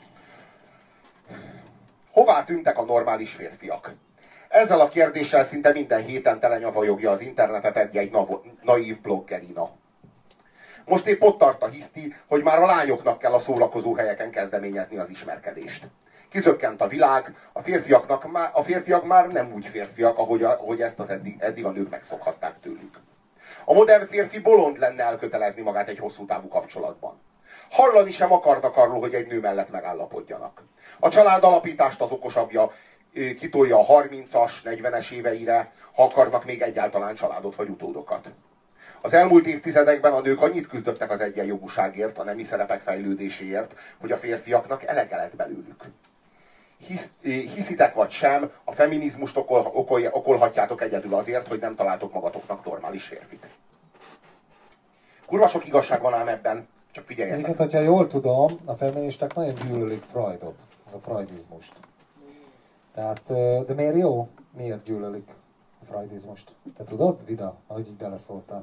Hová tűntek a normális férfiak? Ezzel a kérdéssel szinte minden héten telenyavajogja az internetet egy-egy naív bloggerina. Most épp ott tart a hiszti, hogy már a lányoknak kell a szórakozó helyeken kezdeményezni az ismerkedést. Kizökkent a világ, a, férfiaknak már, a férfiak már nem úgy férfiak, ahogy, a, ahogy ezt az eddig, eddig a nők megszokhatták tőlük. A modern férfi bolond lenne elkötelezni magát egy hosszú távú kapcsolatban. Hallani sem akarnak arról, hogy egy nő mellett megállapodjanak. A családalapítást az okosabbja kitolja a harmincas, negyvenes éveire, ha akarnak még egyáltalán családot vagy utódokat. Az elmúlt évtizedekben a nők annyit küzdöttek az egyenjogúságért, a nemi szerepek fejlődéséért, hogy a férfiaknak elege lett belőlük. Hisz, hiszitek vagy sem, a feminizmust okol, okol, okolhatjátok egyedül azért, hogy nem találtok magatoknak normális férfit. Kurva sok igazság van ám ebben, csak figyeljetek. Egyébként, hogyha jól tudom, a feministák nagyon gyűlölik Freudot, a freudizmust. Tehát, de miért jó? Miért gyűlölik a freudizmust? Te tudod, Vida, ahogy így beleszóltál?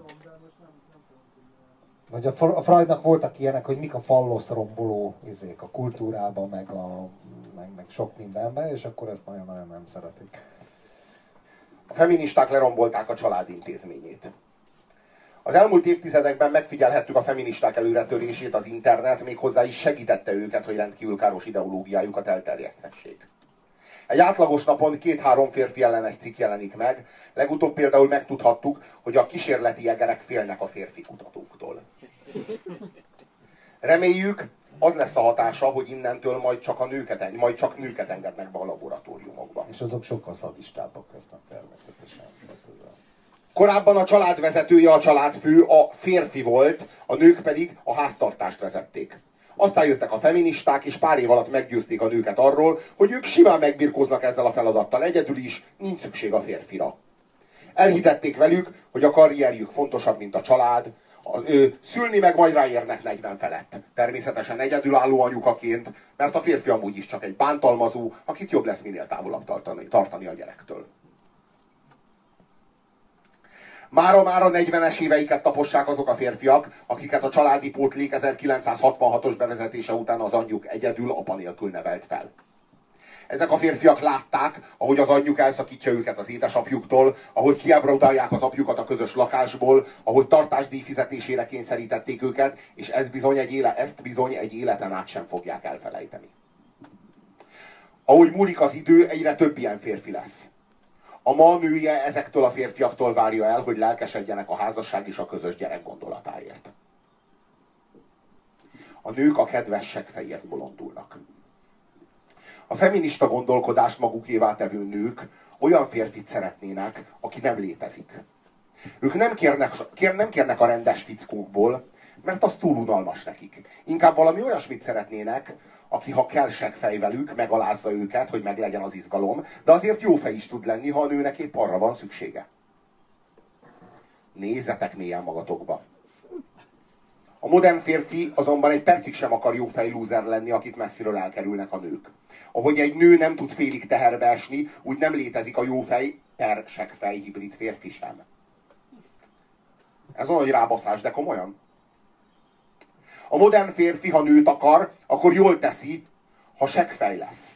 Vagy a Freudnak voltak ilyenek, hogy mik a fallosz romboló izék a kultúrában, meg, a, meg, meg sok mindenben, és akkor ezt nagyon-nagyon nem szeretik. A feministák lerombolták a család intézményét. Az elmúlt évtizedekben megfigyelhettük a feministák előretörését, az internet még hozzá is segítette őket, hogy rendkívül káros ideológiájukat elterjeszthessék. Egy átlagos napon két-három férfi ellenes cikk jelenik meg, legutóbb például megtudhattuk, hogy a kísérleti egerek félnek a férfi kutatóktól. Reméljük, az lesz a hatása, hogy innentől majd csak, a nőket, majd csak nőket engednek be a laboratóriumokba. És azok sokkal szadistábbak lesznek természetesen. Korábban a család vezetője, a családfő a férfi volt, a nők pedig a háztartást vezették. Aztán jöttek a feministák, és pár év alatt meggyőzték a nőket arról, hogy ők simán megbirkóznak ezzel a feladattal egyedül is, nincs szükség a férfira. Elhitették velük, hogy a karrierjük fontosabb, mint a család, a, ö, szülni meg majd ráérnek negyven felett. Természetesen egyedülálló anyukaként, mert a férfi amúgy is csak egy bántalmazó, akit jobb lesz minél távolabb tartani, tartani a gyerektől. Mára már a negyvenes éveiket tapossák azok a férfiak, akiket a családi pótlék ezerkilencszázhatvanhatos bevezetése után az anyjuk egyedül apa nélkül nevelt fel. Ezek a férfiak látták, ahogy az anyjuk elszakítja őket az édesapjuktól, ahogy kiábrodálják az apjukat a közös lakásból, ahogy tartásdíj fizetésére kényszerítették őket, és ez bizony egy éle, ezt bizony egy életen át sem fogják elfelejteni. Ahogy múlik az idő, egyre több ilyen férfi lesz. A ma nője ezektől a férfiaktól várja el, hogy lelkesedjenek a házasság és a közös gyerek gondolatáért. A nők a kedves seggfejért bolondulnak. A feminista gondolkodást magukévá tevő nők olyan férfit szeretnének, aki nem létezik. Ők nem kérnek, kér, nem kérnek a rendes fickókból, mert az túl unalmas nekik. Inkább valami olyasmit szeretnének, aki ha kell seggfej velük, megalázza őket, hogy meglegyen az izgalom, de azért jó fej is tud lenni, ha a nőnek épp arra van szüksége. Nézzetek mélyen magatokba. A modern férfi azonban egy percig sem akar jófej lúzer lenni, akit messziről elkerülnek a nők. Ahogy egy nő nem tud félig teherbe esni, úgy nem létezik a jófej per seggfej hibrid férfi sem. Ez olyan, hogy rábaszás, de komolyan. A modern férfi, ha nőt akar, akkor jól teszi, ha seggfej lesz.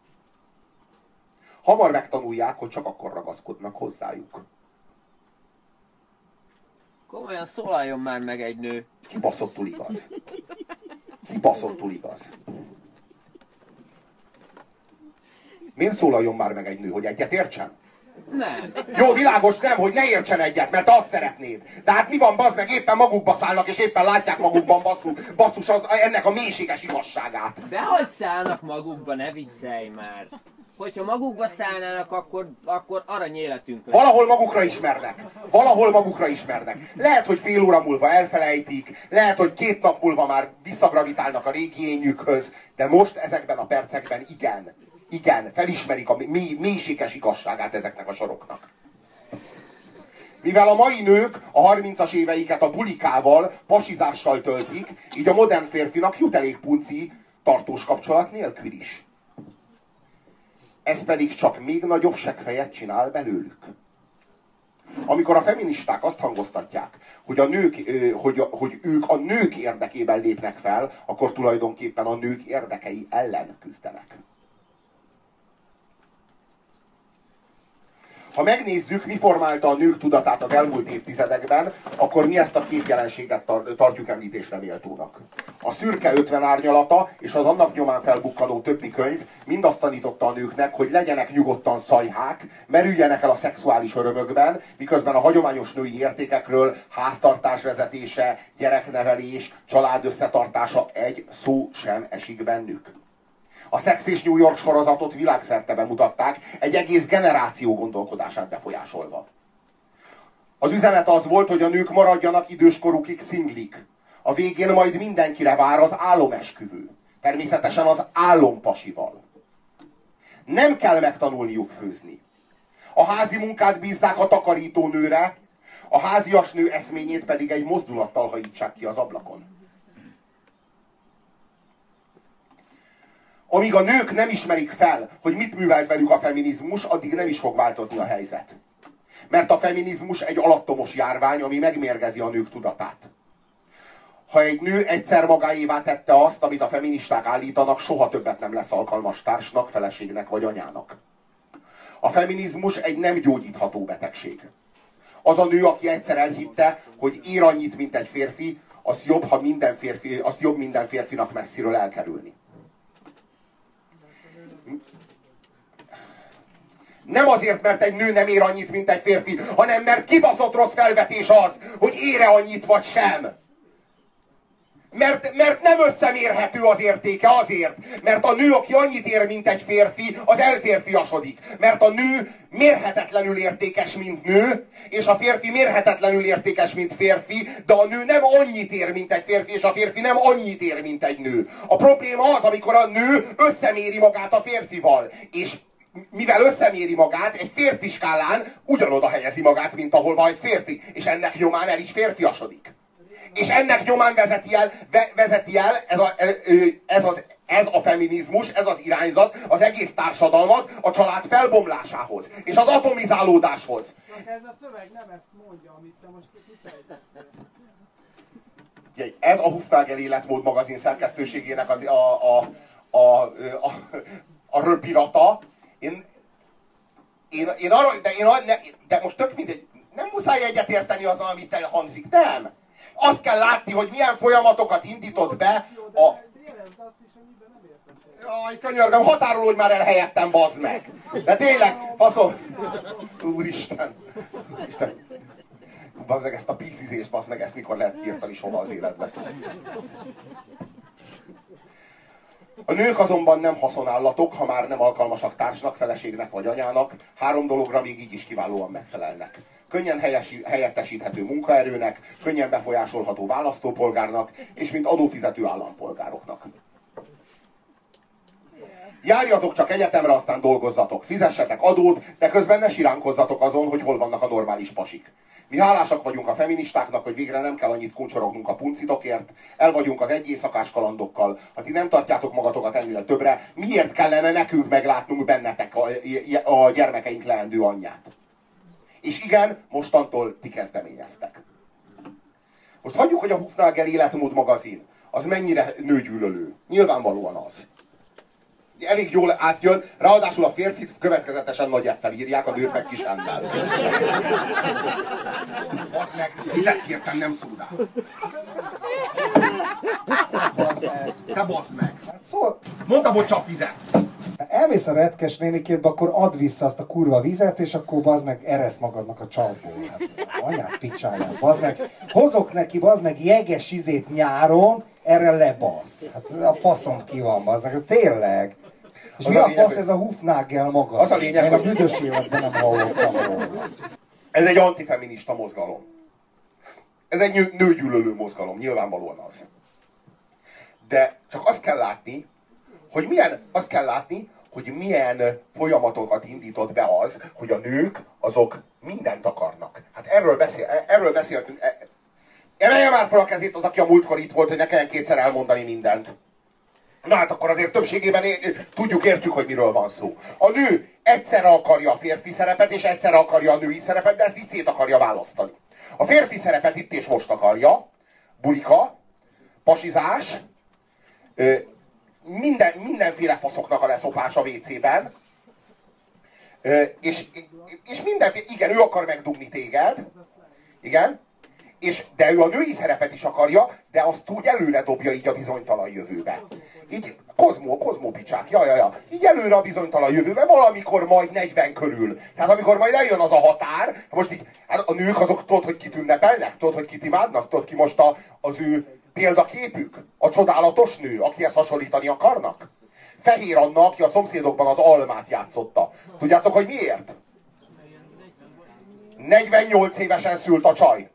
Hamar megtanulják, hogy csak akkor ragaszkodnak hozzájuk. Komolyan szólaljon már meg egy nő. Kibaszottul igaz. Kibaszottul igaz. Miért szólaljon már meg egy nő, hogy egyet értsen? Nem. Jó, világos nem, hogy ne értsen egyet, mert azt szeretnéd. De hát mi van, bazd meg, éppen magukba szállnak, és éppen látják magukban basszus, basszus az, ennek a mélységes igazságát. De hogy szállnak magukba, ne viccelj már. Hogyha magukba szállnának, akkor, akkor arany életünk lesz. Valahol magukra ismernek. Valahol magukra ismernek. Lehet, hogy fél óra múlva elfelejtik, lehet, hogy két nap múlva már visszagravitálnak a régi ényükhöz, de most ezekben a percekben igen. Igen, felismerik a mély, mélységes igazságát ezeknek a soroknak. Mivel a mai nők a harmincas éveiket a bulikával, pasizással töltik, így a modern férfinak jut elég punci tartós kapcsolat nélkül is. Ez pedig csak még nagyobb seggfejet csinál belőlük. Amikor a feministák azt hangoztatják, hogy, a nők, hogy, a, hogy ők a nők érdekében lépnek fel, akkor tulajdonképpen a nők érdekei ellen küzdenek. Ha megnézzük, mi formálta a nők tudatát az elmúlt évtizedekben, akkor mi ezt a két jelenséget tar- tartjuk említésre méltónak. A szürke ötven árnyalata és az annak nyomán felbukkanó többi könyv mind azt tanította a nőknek, hogy legyenek nyugodtan szajhák, merüljenek el a szexuális örömökben, miközben a hagyományos női értékekről, háztartás vezetése, gyereknevelés, család összetartása egy szó sem esik bennük. A Sex és New York sorozatot világszerte bemutatták, egy egész generáció gondolkodását befolyásolva. Az üzenet az volt, hogy a nők maradjanak időskorukig szinglik. A végén majd mindenkire vár az álomesküvő. Természetesen az álompasival. Nem kell megtanulniuk főzni. A házi munkát bízzák a takarítónőre, a háziasnő eszményét pedig egy mozdulattal hajítsák ki az ablakon. Amíg a nők nem ismerik fel, hogy mit művelt velük a feminizmus, addig nem is fog változni a helyzet. Mert a feminizmus egy alattomos járvány, ami megmérgezi a nők tudatát. Ha egy nő egyszer magáévá tette azt, amit a feministák állítanak, soha többet nem lesz alkalmas társnak, feleségnek vagy anyának. A feminizmus egy nem gyógyítható betegség. Az a nő, aki egyszer elhitte, hogy ér annyit, mint egy férfi, az jobb, ha minden férfi, az jobb minden férfinak messziről elkerülni. Nem azért, mert egy nő nem ér annyit, mint egy férfi, hanem mert kibaszott rossz felvetés az, hogy ére annyit vagy sem. Mert, mert nem összemérhető az értéke azért, mert a nő, aki annyit ér, mint egy férfi, az elférfiasodik. Mert a nő mérhetetlenül értékes, mint nő, és a férfi mérhetetlenül értékes, mint férfi, de a nő nem annyit ér, mint egy férfi, és a férfi nem annyit ér, mint egy nő. A probléma az, amikor a nő összeméri magát a férfival, és mivel összeméri magát, egy férfi skálán ugyanoda helyezi magát, mint ahol van egy férfi, és ennek nyomán el is férfiasodik. És ennek nyomán vezeti el, ve, vezeti el ez, a, ez, az, ez a feminizmus, ez az irányzat az egész társadalmat a család felbomlásához, és az atomizálódáshoz. Ez a szöveg nem ezt mondja, amit te most kifejtettél. Ez a Hufnagel életmód magazin szerkesztőségének az, a, a, a, a, a, a röpirata. Én, én, én arra, de, én, de most tök mindegy, nem muszáj egyetérteni azzal, amit te hangzik, nem. Azt kell látni, hogy milyen folyamatokat indított be a... Jaj, könyörgöm, határolódj már el helyettem, bazd meg! De tényleg, faszom... Úristen! Úristen! Bazd meg ezt a piszizést, bazd meg, ezt mikor lehet kiírtani soha az életben. A nők azonban nem haszonállatok, ha már nem alkalmasak társnak, feleségnek vagy anyának, három dologra még így is kiválóan megfelelnek. Könnyen helyesi, helyettesíthető munkaerőnek, könnyen befolyásolható választópolgárnak, és mint adófizető állampolgároknak. Járjatok csak egyetemre, aztán dolgozzatok, fizessetek adót, de közben ne siránkozzatok azon, hogy hol vannak a normális pasik. Mi hálásak vagyunk a feministáknak, hogy végre nem kell annyit kuncsorognunk a puncitokért, el vagyunk az egy éjszakás kalandokkal. Ha ti nem tartjátok magatokat ennél többre, miért kellene nekünk meglátnunk bennetek a, a gyermekeink leendő anyját? És igen, mostantól ti kezdeményeztek. Most hagyjuk, hogy a Hufnagel életmód magazin az mennyire nőgyűlölő. Nyilvánvalóan az. Elég jól átjön, ráadásul a férfit következetesen nagy F-fel írják, a nőt meg kis M-mel. Bazd meg, vizet kértem, nem szódát. Bazd meg, te bazd meg. Szóval... Mondtam, hogy csak vizet. Elmész a retkes nénikétbe, akkor add vissza azt a kurva vizet, és akkor bazd meg eresz magadnak a csapból. Hát, anyát picsáját, bazd meg. Hozok neki, bazd meg jeges izét nyáron, erre lebasz. Hát a faszom ki van, bazd meg, tényleg. És az mi a, a lényeg, fasz ez a Hufnagel maga? Az a lényeg, hogy... a büdös életben nem hallottam róla. Ez egy antifeminista mozgalom. Ez egy nő, nőgyűlölő mozgalom, nyilvánvalóan az. De csak azt kell látni, hogy milyen, azt kell látni, hogy milyen folyamatokat indított be az, hogy a nők azok mindent akarnak. Hát erről, beszél, erről beszéltünk. Emelje már fel a kezét az, aki a múltkor itt volt, hogy ne kelljen kétszer elmondani mindent. Na hát akkor azért többségében tudjuk, értjük, hogy miről van szó. A nő egyszerre akarja a férfi szerepet, és egyszerre akarja a női szerepet, de ezt is szét akarja választani. A férfi szerepet itt és most akarja, bulika, pasizás, minden, mindenféle faszoknak a leszopás a vécében, És, és mindenféle, igen, ő akar megdugni téged, igen, és, de ő a női szerepet is akarja, de azt úgy előre dobja így a bizonytalan jövőbe. Így kozmó, kozmó picsák, ja, ja, ja. Így előre a bizonytalan jövőbe, valamikor majd negyven körül. Tehát amikor majd eljön az a határ, most így, hát a nők azok tudod, hogy kit ünnepelnek, tudod, hogy kit imádnak, tudod, ki most a, az ő példaképük, a csodálatos nő, akihez hasonlítani akarnak. Fehér Anna, aki a Szomszédokban az almát játszotta. Tudjátok, hogy miért? negyvennyolc évesen szült a csaj.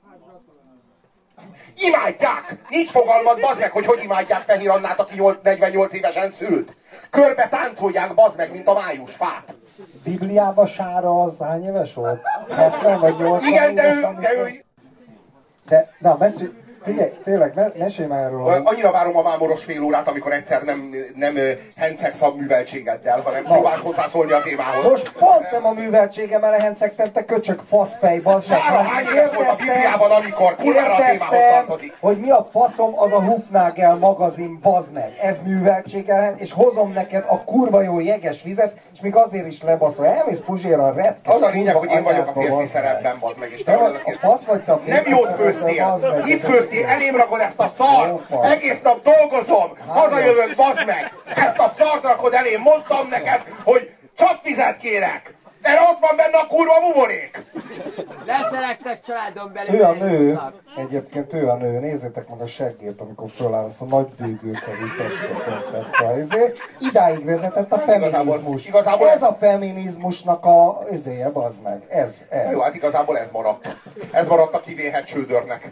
Imádják! Nincs fogalmad, bazd meg, hogy hogy imádják Fehér Annát, aki negyvennyolc évesen szült. Körbe táncolják, bazd meg, mint a májusfát. Bibliában Sára az hány éves volt? hetven vagy nyolcvan Igen, de éves, ő... amikor... De ő... De, na, mesélj, figyelj, tényleg, me, mesélj már erről. Annyira várom a mámoros fél órát, amikor egyszer nem, nem henceg szakműveltségeddel, hanem próbálsz hozzászólni a témához. Most pont nem a műveltségemmel lehencegtem, te köcsög faszfej, bazd meg. Sára hány éves volt a Bibliában, amikor kurvára a témához tartozik? Hogy mi a faszom az a Hufnagel magazin, bazd meg. Ez műveltséggel, és hozom neked a kurva jó jeges vizet, és még azért is lebaszol. Elmész Puzséra a retkes. Az a lényeg, hogy én vagyok a férfi szerepben, bazd meg. És te vagy a fasz vagy te a férfi. Nem jót főztél. Itt főztél, elém rakod ezt a szart. Egész nap dolgozom. Hazajövök, bazd meg. Ezt a szart rakod elém. Mondtam neked, hogy csapvizet kérek. Erre ott van benne a kurva buborék. Leszerektek családon belül. Ő a nő, egyébként ő a nő, nézzétek meg a seggét, amikor föláll azt a nagy bőgőszerű testet. Szóval idáig vezetett a feminizmus. Igazából ez a feminizmusnak a izéje, bazd meg. Ez, ez. Jó, hát igazából ez maradt. Ez maradt a kivéhet csődörnek.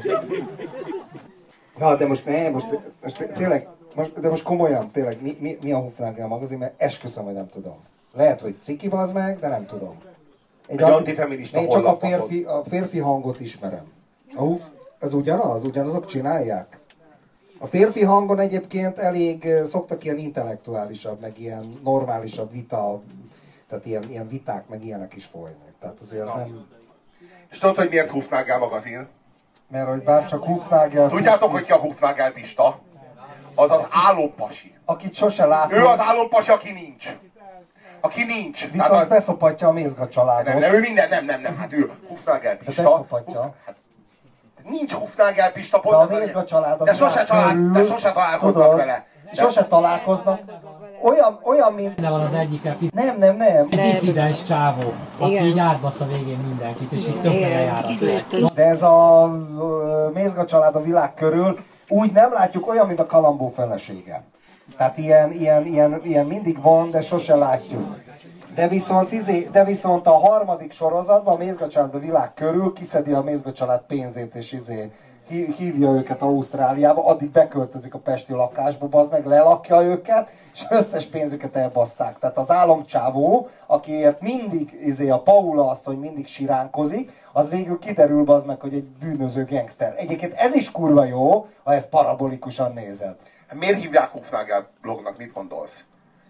Na, de most ne, most, most tényleg, most, de most komolyan, tényleg, mi, mi, mi a Hufnagel magazin, mert esküszöm, hogy nem tudom. Lehet, hogy ciki bazd meg, de nem tudom. Egy, Egy antifeminista én csak a férfi, a férfi hangot ismerem. A Huf, ez ugyanaz? Ugyanazok csinálják? A férfi hangon egyébként elég szoktak ilyen intellektuálisabb, meg ilyen normálisabb vita, tehát ilyen, ilyen viták, meg ilyenek is folyni. Tehát azért az nem... És tudod, hogy miért Hufnagel magazin? Mert hogy bár csak Hufnagel... Tudjátok, hogy ki a Hufnagel Pista? Az az álompasi. Akit sose látom. Ő az álompasi, aki nincs. Aki nincs. Viszont hát a... beszopatja a Mézga családot. Nem, nem, ő minden, nem, nem, nem, hát ő Hufnagel Pista. De beszopatja. Hát, nincs Hufnagel Pista, pont de a Mézga családot. De sose, talál, de sose találkoznak tudod, vele. De... Sose találkoznak. Olyan, olyan, mint... De van az egyikkel pisz... Nem, nem, nem. Egy diszidens csávó, aki így átbasz a végén mindenkit, és így többnyire járat. De ez a Mézga család a világ körül úgy nem látjuk, olyan, mint a Kalambó felesége. Tehát ilyen, ilyen, ilyen, ilyen mindig van, de sose látjuk. De viszont, izé, de viszont a harmadik sorozatban a Mézga család a világ körül kiszedi a Mézga család pénzét, és izé hívja őket Ausztráliába, addig beköltözik a pesti lakásba, az meg lelakja őket, és összes pénzüket elbasszák. Tehát az álomcsávó, akiért mindig izé, a Paula asszony mindig siránkozik, az végül kiderül az meg, hogy egy bűnöző gangster. Egyébként ez is kurva jó, ha ezt parabolikusan nézed. Miért hívják Hufnagel blognak, mit gondolsz?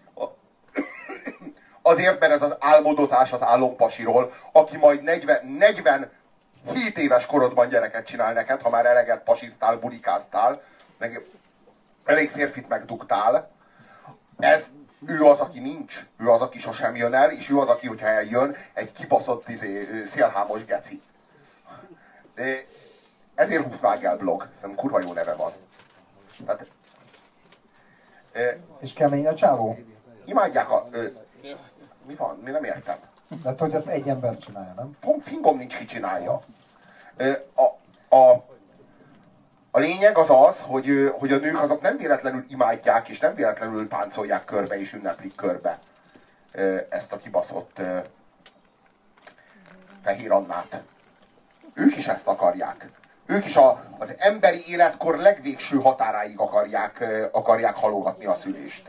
Azért, mert ez az álmodozás az álompasiról, aki majd negyven, negyvenhét éves korodban gyereket csinál neked, ha már eleget pasisztál, bulikáztál, meg elég férfit megdugtál. Ez, ő az, aki nincs, ő az, aki sosem jön el, és ő az, aki, hogyha eljön, egy kibaszott izé, szélhámos geci. De ezért Hufnagel blog, szerintem kurva jó neve van. Tehát, e, és kemény a csávó? Imádják a... Ö, mi van? Mi nem értem. De hogy ezt egy ember csinálja, nem? Fingom nincs, ki csinálja. A, a, a lényeg az az, hogy, hogy a nők azok nem véletlenül imádják, és nem véletlenül táncolják körbe, és ünneplik körbe ezt a kibaszott Fehér Annát. Ők is ezt akarják. Ők is a, az emberi életkor legvégső határáig akarják, akarják halogatni a szülést.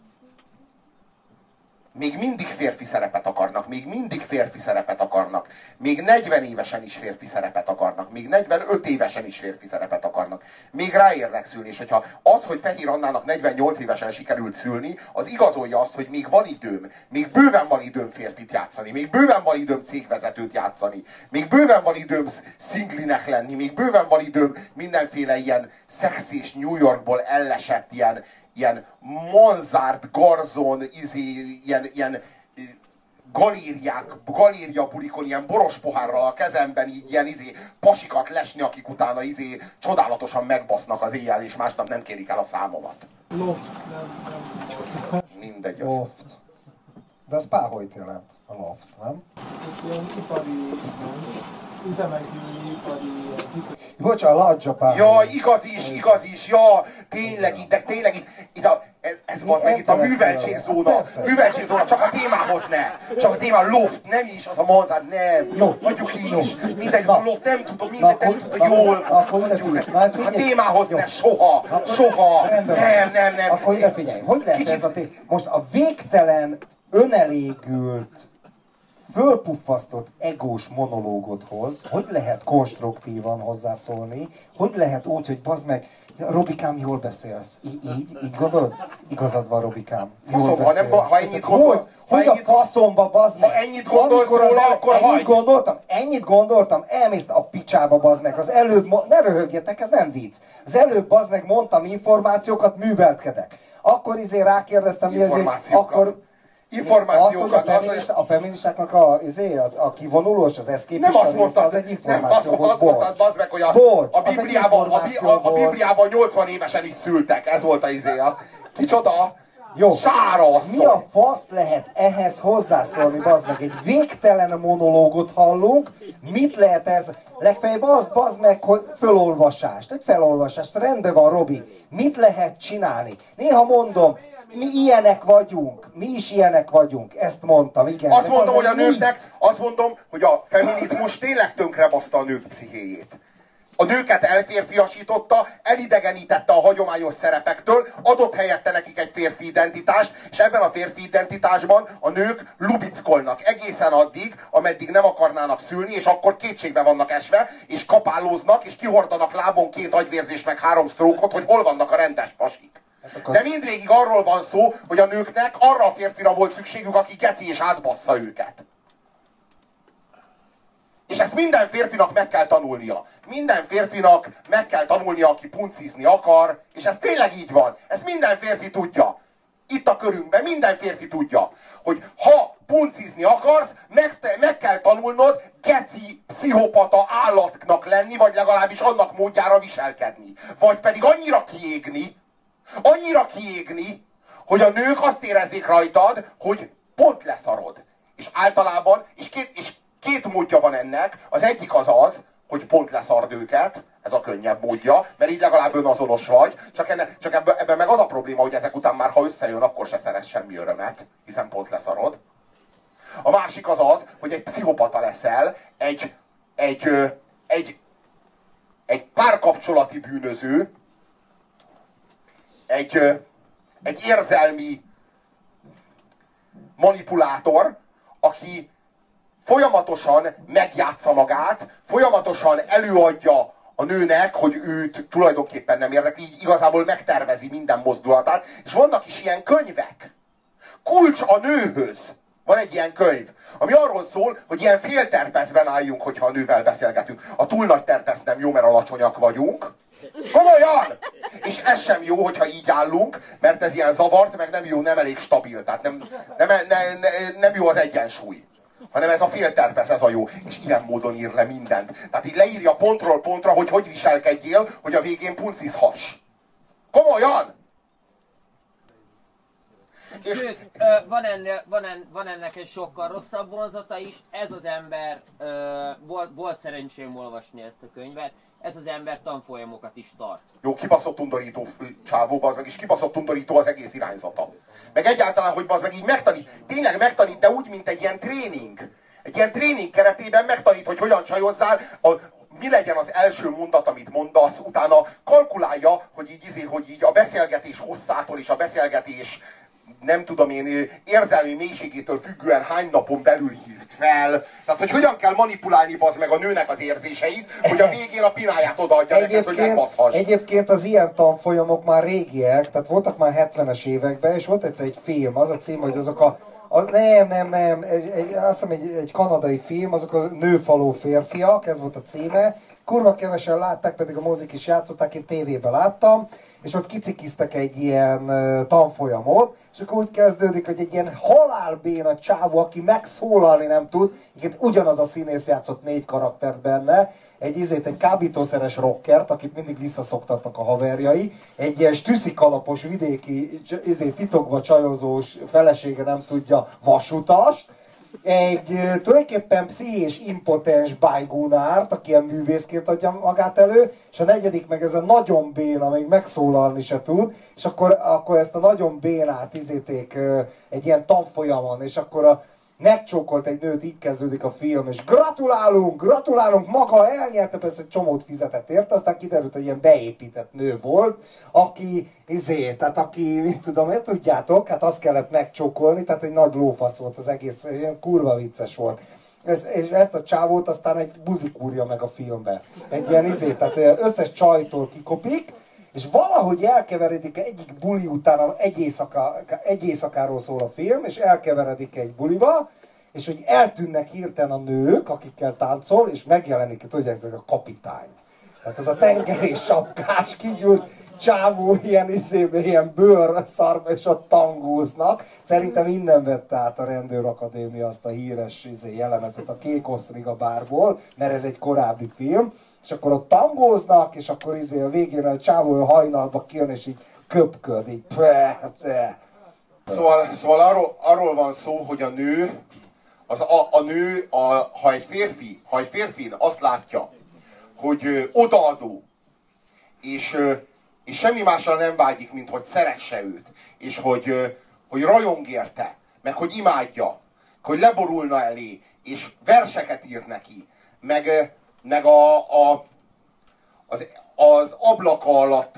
Még mindig férfi szerepet akarnak, még mindig férfi szerepet akarnak, még negyven évesen is férfi szerepet akarnak, még negyvenöt évesen is férfi szerepet akarnak. Még ráérnek szülni, és hogyha az, hogy Fehér Annának negyvennyolc évesen sikerült szülni, az igazolja azt, hogy még van időm, még bőven van időm férfit játszani, még bőven van időm cégvezetőt játszani, még bőven van időm szinglinek lenni, még bőven van időm mindenféle ilyen szexis New Yorkból ellesett ilyen ilyen Manzart, Garzon, izé, ilyen, ilyen galériák, galéria bulikon ilyen boros pohárral a kezemben így ilyen izé, pasikat lesni, akik utána izé csodálatosan megbasznak az éjjel, és másnap nem kérik el a számomat. Loft, nem, nem. Mindegy az. Loft. De ez páholyt jelent, a loft, nem? Ez ilyen ipari, üzemekbeli ipari... Bocsánat, a ladzsa páholy. Ja, igaz is, igaz is, ja, tényleg itt, de tényleg itt, itt a, ez, ez az meg itt a műveltségzóna, műveltségzóna, csak a témához ne, csak a témához, loft, nem is, az a manzát, nem, jó, hagyjuk is, mindegy, az a loft, nem tudom, mindegy, nem tudom, jól, a témához ne, soha, soha, nem, nem, nem. Akkor ide figyelj, hogy lehet ez a téma? Most a végtelen, önelégült, fölpuffasztott egós monológot hoz, hogy lehet konstruktívan hozzászólni, hogy lehet úgy, hogy bazd meg, Robikám, jól beszélsz. Így, így, így gondolod? Igazad van, Robikám. Faszom, ha, nem, ha ennyit gondol, hogy, ha hogy ennyit, a faszomba, bazd meg. Ha ennyit gondolsz róla, el, akkor ennyit hagyd. gondoltam, ennyit gondoltam, elmész a picsába, bazd meg. Az előbb, ne röhögjetek, ez nem vicc. Az előbb, bazd meg, mondtam információkat, műveltkedek. Akkor izé rákérdeztem, mi azért, akkor... Információkat, az, hogy a, feminist, a feministáknak a, izé, a, a kivonulós, az eszképista nem azt mondtad, az egy információ nem azt, volt, azt mondtad, bazd meg, hogy a, bocs, a, Bibliában, a, a, a Bibliában nyolcvan évesen is szültek, ez volt a izé. A, kicsoda? Jó. Sára asszony. Mi a faszt lehet ehhez hozzászólni, bazd meg? Egy végtelen monológot hallunk, mit lehet ez? Legfeljebb azt, bazd meg, hogy fölolvasást, egy felolvasást, rendben van, Robi. Mit lehet csinálni? Néha mondom, mi ilyenek vagyunk, mi is ilyenek vagyunk, ezt mondtam, igen. Azt mondom, hogy a mi? nőknek, azt mondom, hogy a feminizmus tényleg tönkrebaszta a nők pszichéjét. A nőket elférfiasította, elidegenítette a hagyományos szerepektől, adott helyette nekik egy férfi identitást, és ebben a férfi identitásban a nők lubickolnak egészen addig, ameddig nem akarnának szülni, és akkor kétségbe vannak esve, és kapálóznak, és kihordanak lábon két agyvérzést meg három sztrókot, hogy hol vannak a rendes pasik. De mindvégig arról van szó, hogy a nőknek arra a férfira volt szükségük, aki geci és átbassza őket. És ezt minden férfinak meg kell tanulnia. Minden férfinak meg kell tanulnia, aki puncizni akar, és ez tényleg így van. Ezt minden férfi tudja. Itt a körünkben minden férfi tudja, hogy ha puncizni akarsz, meg, te, meg kell tanulnod geci, pszichopata állatnak lenni, vagy legalábbis annak módjára viselkedni. Vagy pedig annyira kiégni, annyira kiégni, hogy a nők azt érezzék rajtad, hogy pont leszarod. És általában, és két, és két módja van ennek, az egyik az az, hogy pont leszard őket, ez a könnyebb módja, mert így legalább önazonos vagy, csak, enne, csak ebben, ebben meg az a probléma, hogy ezek után már, ha összejön, akkor se szerez semmi örömet, hiszen pont leszarod. A másik az az, hogy egy pszichopata leszel, egy, egy, egy, egy párkapcsolati bűnöző, egy, egy érzelmi manipulátor, aki folyamatosan megjátsza magát, folyamatosan előadja a nőnek, hogy őt tulajdonképpen nem érdekli, így igazából megtervezi minden mozdulatát, és vannak is ilyen könyvek. Kulcs a nőhöz. Van egy ilyen könyv, ami arról szól, hogy ilyen félterpeszben álljunk, hogyha a nővel beszélgetünk. A túl nagy terpesz nem jó, mert alacsonyak vagyunk. Komolyan! És ez sem jó, hogyha így állunk, mert ez ilyen zavart, meg nem jó, nem elég stabil. Tehát nem, nem, nem, nem jó az egyensúly. Hanem ez a félterpesz, ez a jó. És ilyen módon ír le mindent. Tehát így leírja pontról pontra, hogy hogy viselkedjél, hogy a végén puncizhass. Komolyan! Sőt, ö, van, ennél, van, en, van ennek egy sokkal rosszabb vonzata is. Ez az ember, ö, volt, volt szerencsém olvasni ezt a könyvet, ez az ember tanfolyamokat is tart. Jó, kibaszott undorító csávó, az meg is kibaszott undorító az egész irányzata. Meg egyáltalán, hogy az meg így megtanít, tényleg megtanít, de úgy, mint egy ilyen tréning. Egy ilyen tréning keretében megtanít, hogy hogyan csajozzál, a, mi legyen az első mondat, amit mondasz, utána kalkulálja, hogy így, izé, hogy így a beszélgetés hosszától és a beszélgetés nem tudom én, érzelmi mélységétől függően hány napon belül hívt fel. Tehát, hogy hogyan kell manipulálni bazd meg a nőnek az érzéseit, hogy a végén a pináját odaadja neked, hogy megbaszhass. Egyébként az ilyen tanfolyamok már régiek, tehát voltak már hetvenes években, és volt egyszer egy film, az a cím, hogy azok a az, nem, nem, nem, egy, egy, azt hiszem egy, egy kanadai film, azok a nőfaló férfiak, ez volt a címe. Kurva kevesen látták, pedig a mozik is játszották, én tévében láttam, és ott kicikiztek egy ilyen uh, tanfolyamot, és akkor úgy kezdődik, hogy egy ilyen halál halálbéna csávó, aki megszólalni nem tud. Igen, ugyanaz a színész játszott négy karaktert benne. Egy izét, egy kábítószeres rockert, akit mindig visszaszoktattak a haverjai. Egy ilyen stüszikalapos vidéki, izé, titokba csajozós felesége nem tudja, vasutast. Egy tulajdonképpen pszichés, impotens bájgónárt, aki ilyen művészként adja magát elő, és a negyedik meg ez a nagyon béna, még megszólalni se tud, és akkor, akkor ezt a nagyon bénát izéték egy ilyen tanfolyamon, és akkor a megcsókolt egy nőt, így kezdődik a film, és gratulálunk, gratulálunk, maga elnyerte, persze egy csomót fizetett érte, aztán kiderült, hogy ilyen beépített nő volt, aki, izé, tehát aki, mit tudom, én tudjátok, hát azt kellett megcsókolni, tehát egy nagy lófasz volt az egész, ilyen kurva vicces volt. Ez, és ezt a csávót aztán egy buzik úrja meg a filmbe. Egy ilyen izé, tehát összes csajtól kikopik, és valahogy elkeveredik egyik buli után, egy, éjszaka, egy éjszakáról szól a film, és elkeveredik egy buliba, és hogy eltűnnek hirtelen a nők, akikkel táncol, és megjelenik, tudják, ez a kapitány. Tehát ez a tengeri sapkás, kigyúrt csávó, ilyen izébe, ilyen bőr szarba, és ott tangóznak. Szerintem innen vette át a Rendőrakadémia azt a híres izé, jelenetet a Kék Osztriga bárból, mert ez egy korábbi film. És akkor ott tangóznak, és akkor izé a végén a csávó a hajnalba kijön, és így köpköd, így pfe, pfe. Szóval, szóval arról, arról van szó, hogy a nő, az a, a nő, a, ha egy férfi, ha egy férfi azt látja, hogy ö, odaadó, és, ö, és semmi másra nem vágyik, mint hogy szeresse őt, és hogy, ö, hogy rajong érte, meg hogy imádja, hogy leborulna elé, és verseket ír neki, meg, ö, meg a, a, az, az ablaka alatt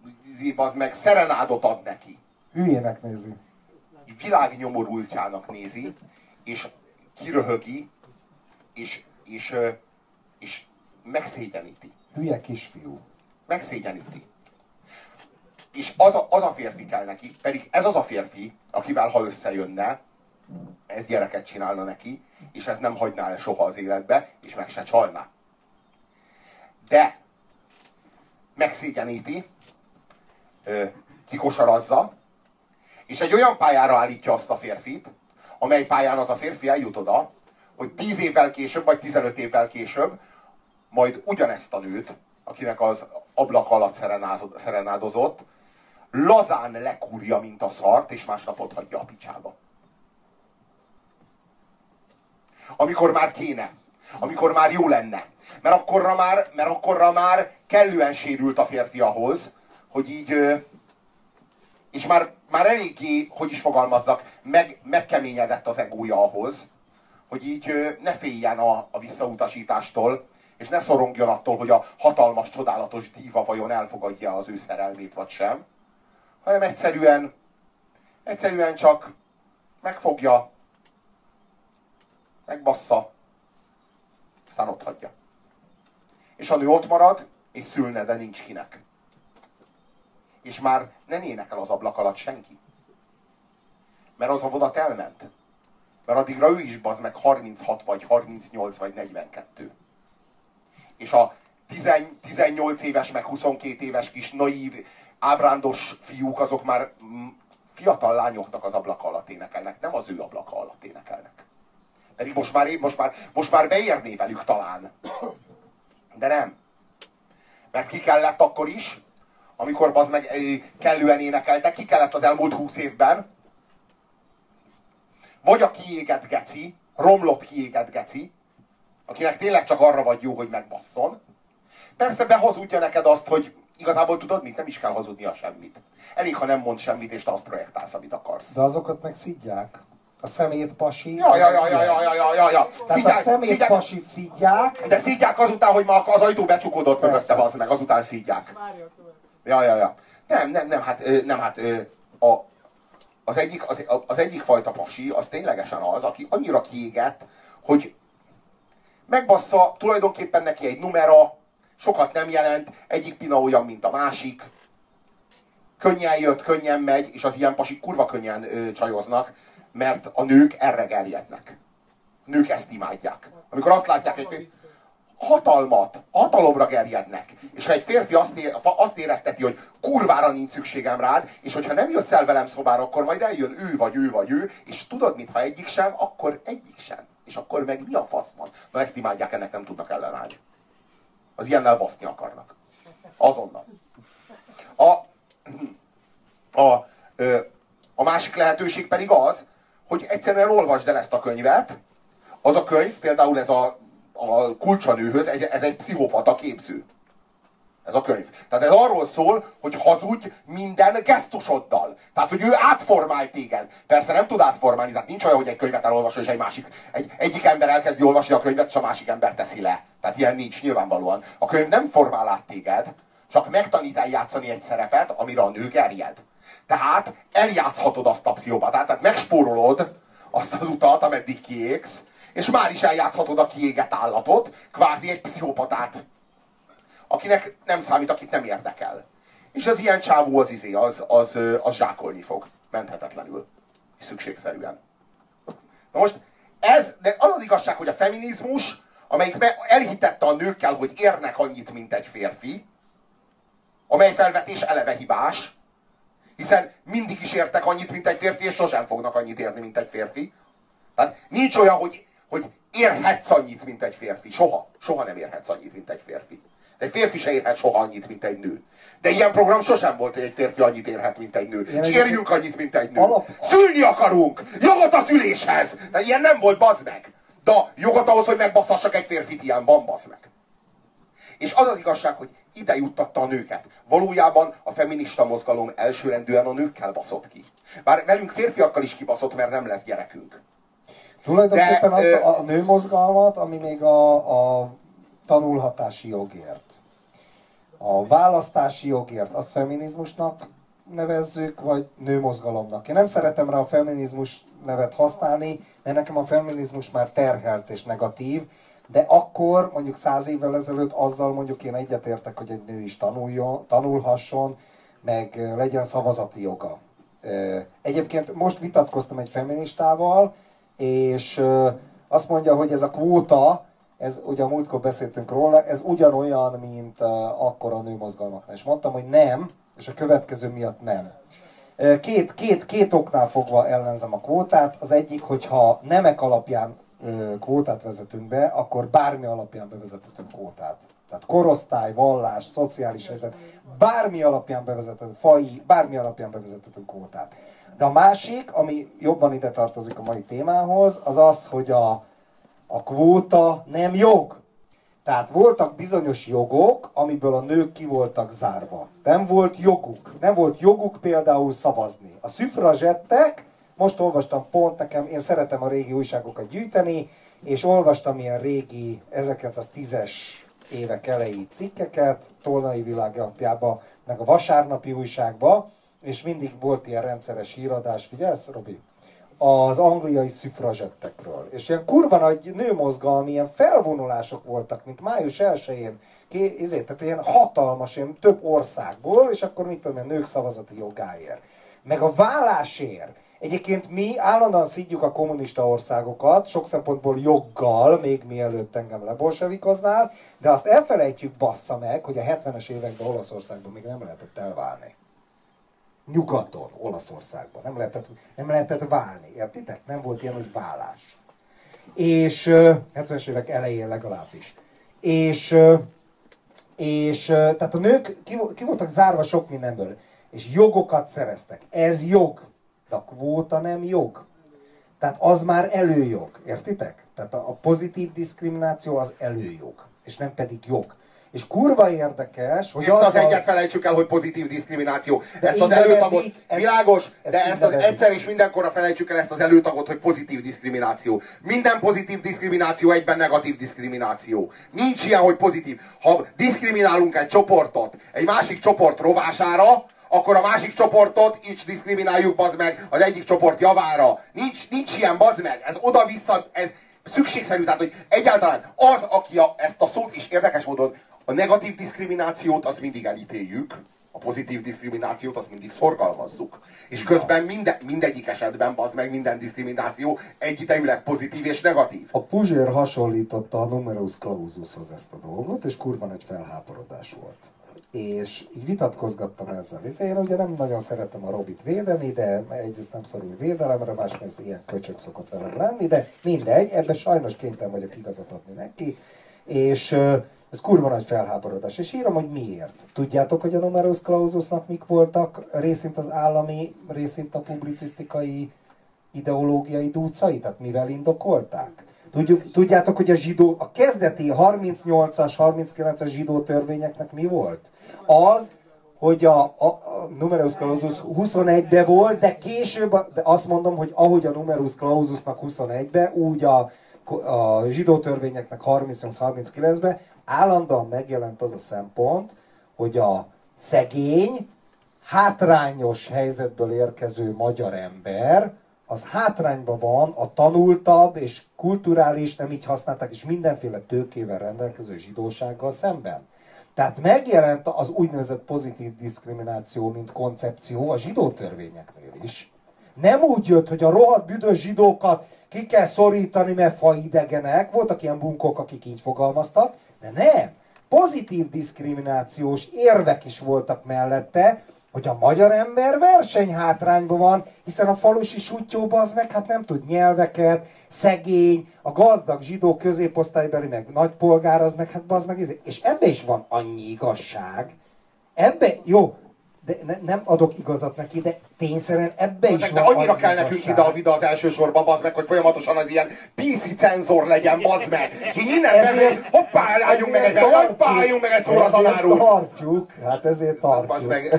az meg szerenádot ad neki. Hülyének nézi. Világnyomorultjának nézi, és kiröhögi, és, és, és megszégyeníti. Hülye kisfiú. Megszégyeníti. És az a, az a férfi kell neki, pedig ez az a férfi, akivel ha összejönne, ez gyereket csinálna neki, és ez nem hagyná el soha az életbe, és meg se csalná. De megszégyeníti, kikosarazza, és egy olyan pályára állítja azt a férfit, amely pályán az a férfi eljut oda, hogy tíz évvel később, vagy tizenöt évvel később majd ugyanezt a nőt, akinek az ablak alatt szerenádozott, lazán lekúrja, mint a szart, és másnapot hagyja a picsába. Amikor már kéne. Amikor már jó lenne. Mert akkorra már, mert akkorra már kellően sérült a férfi ahhoz, hogy így... És már, már eléggé, hogy is fogalmazzak, meg, megkeményedett az egója ahhoz, hogy így ne féljen a, a visszautasítástól, és ne szorongjon attól, hogy a hatalmas, csodálatos díva vajon elfogadja az ő szerelmét, vagy sem, hanem egyszerűen, egyszerűen csak megfogja, megbassza, aztán ott hagyja. És a nő ott marad, és szülne, de nincs kinek. És már nem énekel az ablak alatt senki. Mert az a vonat elment. Mert addigra ő is bazd meg harminchat, vagy harmincnyolc, vagy negyvenkettő. És a tizennyolc éves, meg huszonkét éves kis naív, ábrándos fiúk, azok már fiatal lányoknak az ablaka alatt énekelnek, nem az ő ablaka alatt énekelnek. Pedig most már, most már, most már beérné velük talán. De nem. Mert ki kellett akkor is, amikor bazd meg kellően énekeltek, ki kellett az elmúlt húsz évben, vagy a kiégett geci, romlott kiégett geci, akinek tényleg csak arra vagy jó, hogy megbasszon. Persze behazudja neked azt, hogy igazából tudod mit, nem is kell hazudnia semmit. Elég, ha nem mond semmit, és te azt projektálsz, amit akarsz. De azokat meg szidják. A szemétpasi... Ja, ja, ja, ja, ja, ja, ja, ja, ja. Tehát szidják, a szemétpasit szidják. De szidják azután, hogy ma az ajtó becsukódott mögötte, az meg, azután szidják. Ja, ja, ja. Nem, nem, nem, hát, nem, hát a, az, egyik, az, az egyik fajta pasi, az ténylegesen az, aki annyira kiégett, hogy megbassza, tulajdonképpen neki egy numera, sokat nem jelent, egyik pina olyan, mint a másik, könnyen jött, könnyen megy, és az ilyen pasik kurva könnyen ö, csajoznak, mert a nők erre gerjednek. A nők ezt imádják. Amikor azt látják, hogy hatalmat, hatalomra gerjednek. És ha egy férfi azt, é, azt érezteti, hogy kurvára nincs szükségem rád, és hogyha nem jössz el velem szobára, akkor majd eljön ő, vagy ő, vagy ő, és tudod, mintha egyik sem, akkor egyik sem. És akkor meg mi a fasz van? Na ezt imádják, ennek nem tudnak ellenállni. Az ilyennel baszni akarnak. Azonnal. A, a, a másik lehetőség pedig az, hogy egyszerűen olvasd el ezt a könyvet. Az a könyv, például ez a, a Kulcsanőhöz, ez egy pszichopata képző. Ez a könyv. Tehát ez arról szól, hogy hazudj minden gesztusoddal. Tehát, hogy ő átformál téged. Persze nem tud átformálni, tehát nincs olyan, hogy egy könyvet elolvasol, és egy másik, egy, egyik ember elkezdi olvasni a könyvet, és a másik ember teszi le. Tehát ilyen nincs, nyilvánvalóan. A könyv nem formál át téged, csak megtanít eljátszani egy szerepet, amire a nő gerjed. Tehát eljátszhatod azt a pszichopatát, tehát megspórolod azt az utat, ameddig kiégsz, és már is eljátszhatod a kiégett állatot, kvázi egy pszichopatát, akinek nem számít, akit nem érdekel. És az ilyen csávó az izé, az, az, az zsákolni fog, menthetetlenül, szükségszerűen. Na most, ez, de az az igazság, hogy a feminizmus, amelyik elhitette a nőkkel, hogy érnek annyit, mint egy férfi, amely felvetés eleve hibás, hiszen mindig is értek annyit, mint egy férfi, és sosem fognak annyit érni, mint egy férfi. Tehát nincs olyan, hogy, hogy érhetsz annyit, mint egy férfi. Soha. Soha nem érhetsz annyit, mint egy férfi. Egy férfi se érhet soha annyit, mint egy nő. De ilyen program sosem volt, hogy egy férfi annyit érhet, mint egy nő. És érjünk annyit, mint egy nő. Alap... Szülni akarunk! Jogot a szüléshez! De ilyen nem volt, bazd meg! De jogot ahhoz, hogy megbaszhassak egy férfit, ilyen van, bazd meg. És az az igazság, hogy ide juttatta a nőket. Valójában a feminista mozgalom elsőrendűen a nőkkel baszott ki. Bár velünk férfiakkal is kibaszott, mert nem lesz gyerekünk. Tulajdonképpen De, azt a, a nőmozgalmat, ami még a, a tanulhatási jogért, a választási jogért, azt feminizmusnak nevezzük, vagy nőmozgalomnak. Én nem szeretem rá a feminizmus nevet használni, mert nekem a feminizmus már terhelt és negatív, de akkor, mondjuk száz évvel ezelőtt azzal mondjuk én egyetértek, hogy egy nő is tanuljon, tanulhasson, meg legyen szavazati joga. Egyébként most vitatkoztam egy feministával, és azt mondja, hogy ez a kvóta, ez ugye a múltkor beszéltünk róla, ez ugyanolyan, mint akkor a nőmozgalmaknál. És mondtam, hogy nem, és a következő miatt nem. Két, két, két oknál fogva ellenzem a kvótát. Az egyik, hogyha nemek alapján kvótát vezetünk be, akkor bármi alapján bevezethetünk kvótát. Tehát korosztály, vallás, szociális helyzet, bármi alapján bevezethetünk, faji, bármi alapján bevezethetünk kvótát. De a másik, ami jobban ide tartozik a mai témához, az az, hogy a, a kvóta nem jog. Tehát voltak bizonyos jogok, amiből a nők ki voltak zárva. Nem volt joguk. Nem volt joguk például szavazni. A szüfrazsettek, most olvastam pont nekem, én szeretem a régi újságokat gyűjteni, és olvastam ilyen régi ezerkilencszáztízes évek elejé cikkeket, Tolnai Világlapjába, meg a Vasárnapi újságba, és mindig volt ilyen rendszeres híradás, figyelsz, Robi? Az angliai szüfrazsettekről. És ilyen kurva nagy nőmozgalmi, ilyen felvonulások voltak, mint május elsején, ezért, tehát ilyen hatalmas, ilyen több országból, és akkor mit tudom, a nők szavazati jogáért. Meg a vállásért. Egyébként mi állandóan szidjuk a kommunista országokat, sok szempontból joggal, még mielőtt engem lebolsevikoznál, de azt elfelejtjük, bassza meg, hogy a hetvenes években Olaszországban még nem lehetett elválni. Nyugaton, Olaszországban. Nem lehetett, nem lehetett válni, értitek? Nem volt ilyen, hogy vállás. És uh, hetvenes évek elején legalábbis. És, uh, és uh, tehát a nők ki, ki voltak zárva sok mindenből. És jogokat szereztek. Ez jog. De a kvóta nem jog. Tehát az már előjog. Értitek? Tehát a, a pozitív diszkrimináció az előjog. És nem pedig jog. És kurva érdekes, hogy ezt az, az egyet a... felejtsük el, hogy pozitív diszkrimináció. De ezt az előtagot, ez, világos, ez de ezt az egyszer és mindenkorra felejtsük el ezt az előtagot, hogy pozitív diszkrimináció. Minden pozitív diszkrimináció egyben negatív diszkrimináció. Nincs ilyen, hogy pozitív. Ha diszkriminálunk egy csoportot egy másik csoport rovására, akkor a másik csoportot is diszkrimináljuk, bazd meg, az egyik csoport javára. Nincs, nincs ilyen, bazd meg. Ez oda-vissza, ez szükségszerű. Tehát, hogy egyáltalán az, aki a, ezt a szót is érdekes módon, a negatív diszkriminációt azt mindig elítéljük, A pozitív diszkriminációt azt mindig szorgalmazzuk. És közben minde, mindegyik esetben, bazd meg, minden diszkrimináció egyidejűleg pozitív és negatív. A Puzsér hasonlította a numerus clausushoz ezt a dolgot, és kurva nagy felháborodás volt. És így vitatkozgattam ezzel. Én ugye nem nagyon szeretem a Robit védeni, de egyrészt nem szorul védelemre, másrészt ilyen köcsök szokott velem lenni, de mindegy, ebben sajnos kénytelen vagyok igazat adni neki. És ez kurva nagy felháborodás. És írom, hogy miért. Tudjátok, hogy a numerus claususnak mik voltak részint az állami, részint a publicisztikai ideológiai dúcai? Tehát mivel indokolták? Tudjuk, tudjátok, hogy a zsidó, a kezdeti harmincnyolcas, harminckilences zsidó törvényeknek mi volt? Az, hogy a, a, a numerus clausus huszonegybe volt, de később, de azt mondom, hogy ahogy a numerus claususnak huszonegybe, úgy a, a zsidó törvényeknek harmincnyolc harminckilencbe állandóan megjelent az a szempont, hogy a szegény, hátrányos helyzetből érkező magyar ember, az hátrányban van a tanultabb és kulturális, nem így használták, és mindenféle tőkével rendelkező zsidósággal szemben. Tehát megjelent az úgynevezett pozitív diszkrimináció, mint koncepció a zsidó törvényeknél is. Nem úgy jött, hogy a rohadt büdös zsidókat ki kell szorítani, mert faidegenek, voltak ilyen bunkók, akik így fogalmaztak, de nem. Pozitív diszkriminációs érvek is voltak mellette, hogy a magyar ember versenyhátrányban van, hiszen a falusi suttyóban az meg hát nem tud nyelveket, szegény, a gazdag zsidó középosztálybeli, meg nagypolgár, az meg hát az meg, és ebbe is van annyi igazság, ebbe, jó, de ne, nem adok igazat neki, de tényszerűen ebbe is de van annyira kell nekünk ide a videó az első sorba, bazd meg, hogy folyamatosan az ilyen pé cé cenzor legyen, bazd meg. És így mindenben, hoppá, álljunk meg egy, hoppá, álljunk meg egy szóra tanár úr. Tartjuk, hát ezért tartjuk. Bazd meg.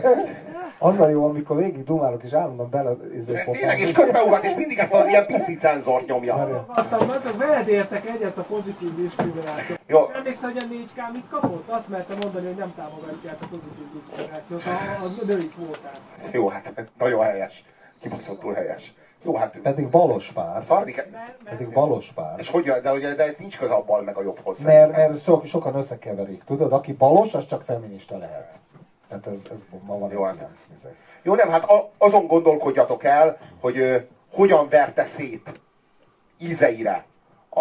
Az a jó, amikor végig dumálok, és állandóan bele... Tényleg, és közbeugrat, és mindig ezt az ilyen pé cé cenzort nyomja. Hallottam, azok veled értek egyet a pozitív diszkriminációt. Jó. És emlékszel, hogy a négy ká mit kapott? Azt merte mondani, hogy nem támogatják a pozitív diszkriminációt, a, a női kvótát. Jó, hát nagyon helyes. Kibaszottul helyes. Jó, hát... Pedig balos pár. Szardik... Pedig balos pár. És hogy, de, de, de nincs köze a bal meg a jobbhoz. Mert, mert so, sokan összekeverik, tudod? Aki balos, az csak feminista lehet. Hát ez, ez ma van. Jó, hát. Nem. Jó, nem, hát a, azon gondolkodjatok el, hogy ö, hogyan verte szét ízeire a,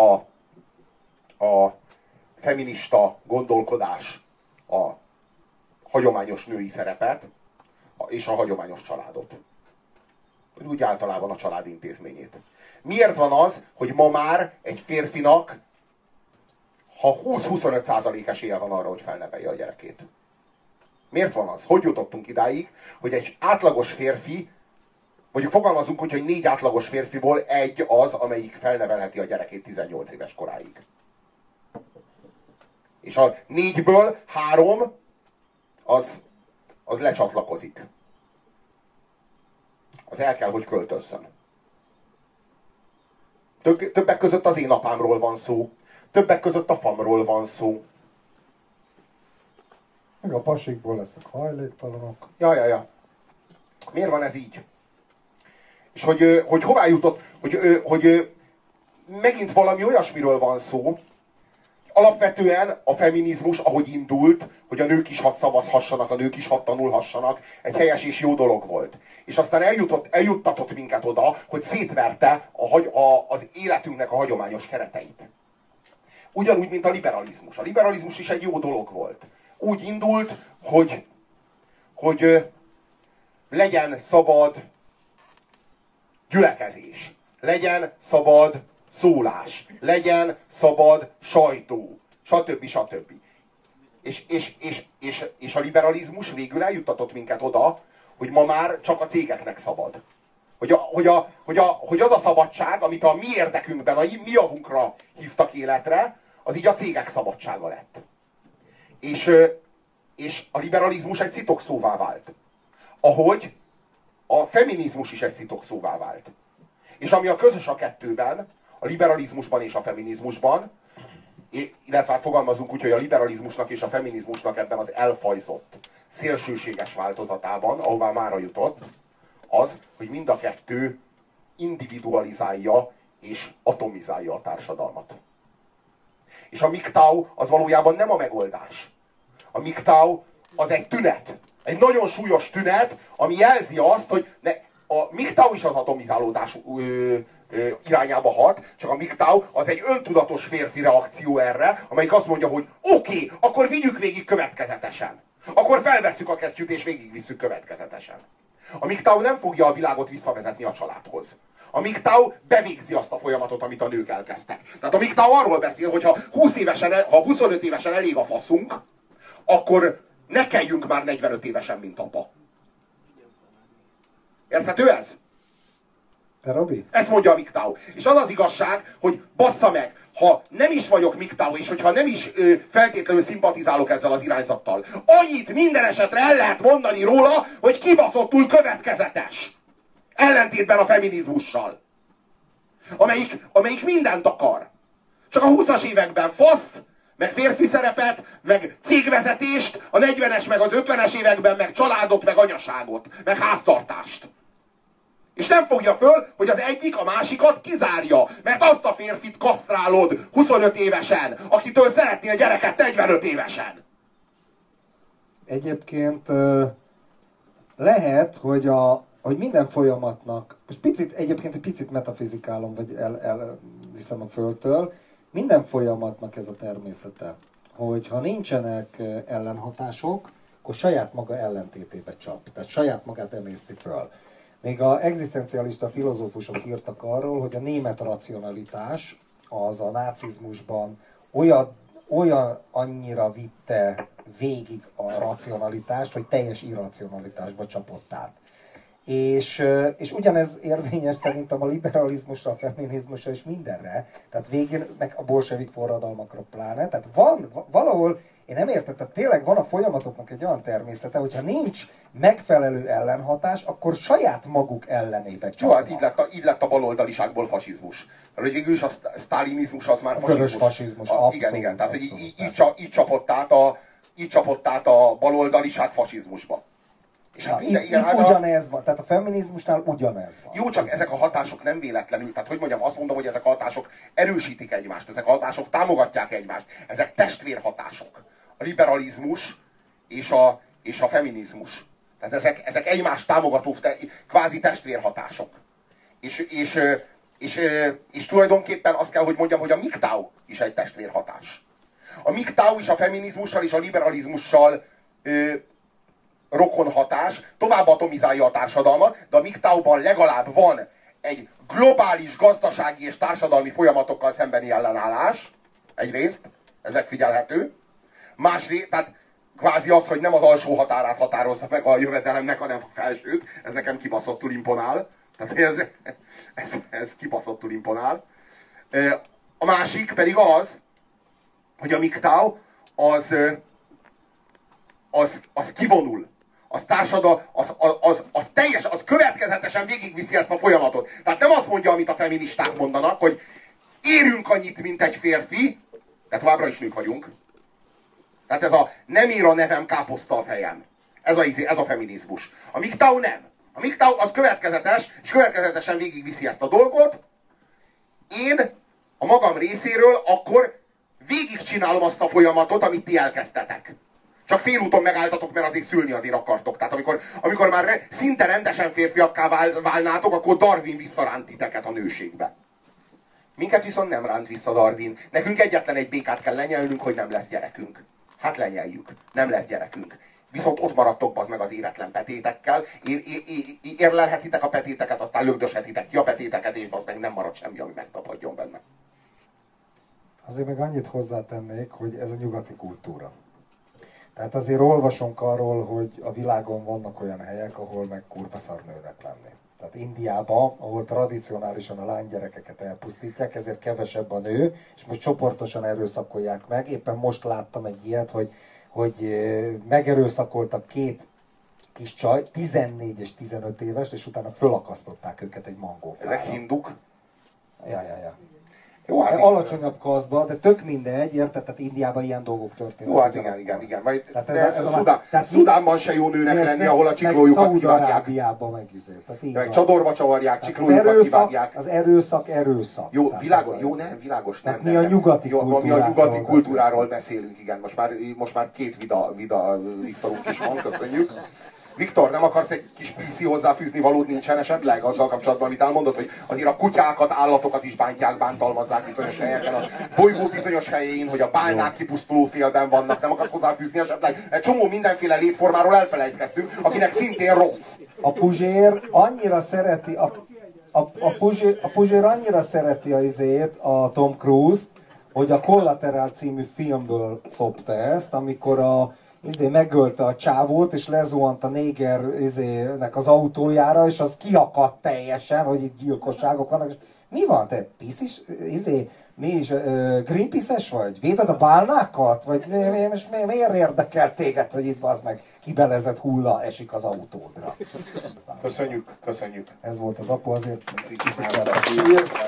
a feminista gondolkodás a hagyományos női szerepet és a hagyományos családot. Úgy általában a család intézményét. Miért van az, hogy ma már egy férfinak, ha húsz-huszonöt százalék esélye van arra, hogy felnevelje a gyerekét? Miért van az? Hogy jutottunk idáig, hogy egy átlagos férfi, mondjuk fogalmazunk úgy, hogy négy átlagos férfiból egy az, amelyik felnevelheti a gyerekét tizennyolc éves koráig. És a négyből három az, az lecsatlakozik. Az el kell, hogy költözzön. Többek között az én apámról van szó. Többek között a famról van szó. Meg a pasikból lesznek hajléktalanok. Ja, ja, ja. Miért van ez így? És hogy, hogy hová jutott, hogy, hogy megint valami olyasmiről van szó, alapvetően a feminizmus, ahogy indult, hogy a nők is hadd szavazhassanak, a nők is hadd tanulhassanak, egy helyes és jó dolog volt. És aztán eljutott, eljuttatott minket oda, hogy szétverte a, a, az életünknek a hagyományos kereteit. Ugyanúgy, mint a liberalizmus. A liberalizmus is egy jó dolog volt. Úgy indult, hogy, hogy legyen szabad gyülekezés, legyen szabad szólás, legyen szabad sajtó, stb. stb. És, és, és, és, és a liberalizmus végül eljuttatott minket oda, hogy ma már csak a cégeknek szabad. Hogy, a, hogy, a, hogy, a, hogy az a szabadság, amit a mi érdekünkben, a mi javunkra hívtak életre, az így a cégek szabadsága lett. És, és a liberalizmus egy szitokszóvá vált. Ahogy a feminizmus is egy szitokszóvá vált. És ami a közös a kettőben, a liberalizmusban és a feminizmusban, illetve hát fogalmazunk úgy, hogy a liberalizmusnak és a feminizmusnak ebben az elfajzott, szélsőséges változatában, ahová mára jutott, az, hogy mind a kettő individualizálja és atomizálja a társadalmat. És a MGTOW az valójában nem a megoldás. A MGTOW az egy tünet. Egy nagyon súlyos tünet, ami jelzi azt, hogy ne, a em i gé té á u is az atomizálódás ö, ö, irányába hat, csak a em i gé té á u az egy öntudatos férfi reakció erre, amelyik azt mondja, hogy oké, okay, akkor vigyük végig következetesen. Akkor felvesszük a kesztyűt és végigvisszük következetesen. A em i gé té á u nem fogja a világot visszavezetni a családhoz. A em i gé té á u bevégzi azt a folyamatot, amit a nők elkezdtek. Tehát a em i gé té á u arról beszél, hogy ha húsz évesen, ha huszonöt évesen elég a faszunk, akkor ne kelljünk már negyvenöt évesen, mint apa. Érthető ez? Te, Robi? Ezt mondja a em i gé té á u. És az az igazság, hogy bassza meg, ha nem is vagyok em i gé té á u, és hogyha nem is ö, feltétlenül szimpatizálok ezzel az irányzattal, annyit minden esetre el lehet mondani róla, hogy kibaszottul következetes. Ellentétben a feminizmussal. Amelyik, amelyik mindent akar. Csak a húszas években faszt, meg férfi szerepet, meg cégvezetést, a negyvenes meg az ötvenes években meg családot, meg anyaságot, meg háztartást. És nem fogja föl, hogy az egyik a másikat kizárja, mert azt a férfit kasztrálod huszonöt évesen, akitől szeretnél gyereket negyvenöt évesen. Egyébként lehet, hogy, a, hogy minden folyamatnak, most picit, egyébként egy picit metafizikálom, vagy el, el viszem a földtől, minden folyamatnak ez a természete, hogy ha nincsenek ellenhatások, akkor saját maga ellentétébe csap, tehát saját magát emészti föl. Még a egzisztencialista filozófusok írtak arról, hogy a német racionalitás az a nácizmusban olyan, olyan annyira vitte végig a racionalitást, hogy teljes irracionalitásba csapott át. És, és ugyanez érvényes szerintem a liberalizmusra, a feminizmusra és mindenre, tehát végén meg a bolsevik forradalmakra pláne. Tehát van valahol, én nem értem, tehát tényleg van a folyamatoknak egy olyan természete, hogyha nincs megfelelő ellenhatás, akkor saját maguk ellenébe csapnak. Jó, hát így lett, a, így lett a baloldaliságból fasizmus. Mert hogy végül is a sztálinizmus az már fasizmus. Vörös fasizmus, a, abszolút. Igen, igen, tehát abszolút, így, így, így, így, csapott át a, így csapott át a baloldaliság fasizmusba. És hát Na, minden, így, igen, így hát ugyanez van, tehát a feminizmusnál ugyanez van. Jó, csak ezek a hatások nem véletlenül, tehát hogy mondjam, azt mondom, hogy ezek a hatások erősítik egymást, ezek a hatások támogatják egymást, ezek testvérhatások. A liberalizmus és a, és a feminizmus. Tehát ezek, ezek egymást támogató te, kvázi testvérhatások. És, és, és, és, és tulajdonképpen azt kell, hogy mondjam, hogy a em i gé té á u is egy testvérhatás. A em i gé té á u is a feminizmussal és a liberalizmussal ö, rokon hatás, tovább atomizálja a társadalmat, de a em i gé té á u-ban legalább van egy globális gazdasági és társadalmi folyamatokkal szembeni ellenállás, egyrészt, ez megfigyelhető. Másrészt, tehát kvázi az, hogy nem az alsó határát határozza meg a jövedelemnek, hanem a felsőt, ez nekem kibaszottul imponál. Tehát ez, ez, ez kibaszottul imponál. A másik pedig az, hogy a em i gé té á u az, az, az kivonul. Az társadal, az, az, az, az teljes, az következetesen végigviszi ezt a folyamatot. Tehát nem azt mondja, amit a feministák mondanak, hogy érünk annyit, mint egy férfi, de továbbra is nők vagyunk. Tehát ez a nem ér a nevem káposzta a fejem. Ez a, ez a feminizmus. A em i gé té á u nem. A em i gé té á u az következetes, és következetesen végigviszi ezt a dolgot. Én a magam részéről akkor végigcsinálom azt a folyamatot, amit ti elkezdtetek. Csak félúton megálltatok, mert azért szülni azért akartok. Tehát amikor, amikor már re, szinte rendesen férfiakká vál, válnátok, akkor Darwin visszaránt titeket a nőségbe. Minket viszont nem ránt vissza Darwin. Nekünk egyetlen egy békát kell lenyelnünk, hogy nem lesz gyerekünk. Hát lenyeljük. Nem lesz gyerekünk. Viszont ott maradtok bazd meg az éretlen petétekkel. Ér, ér, ér, érlelhetitek a petéteket, aztán lögdöshetitek ki a petéteket, és bazd meg nem marad semmi, ami megtapadjon benne. Azért meg annyit hozzátennék, hogy ez a nyugati kultúra. Tehát azért olvasunk arról, hogy a világon vannak olyan helyek, ahol meg kurva szar nőnek lenni. Tehát Indiában, ahol tradicionálisan a lánygyerekeket elpusztítják, ezért kevesebb a nő, és most csoportosan erőszakolják meg. Éppen most láttam egy ilyet, hogy, hogy megerőszakoltak két kis csaj, tizennégy és tizenöt éves, és utána fölakasztották őket egy mangófára. Ezek hinduk? Ja, ja, ja. Jó, hát alacsonyabb kasztba, de tök mindegy, érted? Tehát Indiában ilyen dolgok történnek. Jó, hát igen, igen, igen. Majd, tehát ez, de ez, ez a, a, Szudán, tehát Szudánban se jó nőnek lenni, ahol a csiklójukat kivágják. Szaúd-Arábiában meg izé. Meg csadorba csavarják, tehát csiklójukat erőszak, kivágják. Az erőszak erőszak. Jó, tehát világos, ez, jó, ez, nem, világos, nem. mi nem, a nem. nyugati jó, kultúráról Mi a nyugati beszélünk. kultúráról beszélünk, igen. Most már, most már két vida, vida Viktorunk is van, köszönjük. Viktor, nem akarsz egy kis pé cé hozzáfűzni valód nincsen esetleg azzal kapcsolatban, amit elmondott, hogy azért a kutyákat, állatokat is bántják, bántalmazzák bizonyos helyeken, a bolygó bizonyos helyén, hogy a bálnák kipusztuló félben vannak, nem akarsz hozzáfűzni esetleg? Egy csomó mindenféle létformáról elfelejtkeztünk, akinek szintén rossz. A Puzsér annyira szereti, a, a, a, Puzsér, a Puzsér annyira szereti a izét, a Tom Cruise-t, hogy a Collateral című filmből szopta ezt, amikor a izé megölte a csávót, és lezuhant a néger izének az autójára, és az kiakadt teljesen, hogy itt gyilkosságok vannak. És mi van, te piszis, izé, mi is, uh, Greenpeace-es vagy? Véded a bálnákat? Vagy mi, mi, mi, mi, miért érdekel téged, hogy itt az meg kibelezett hulla esik az autódra? Köszönjük, köszönjük. Ez volt az apu, azért Köszönjük. kiszik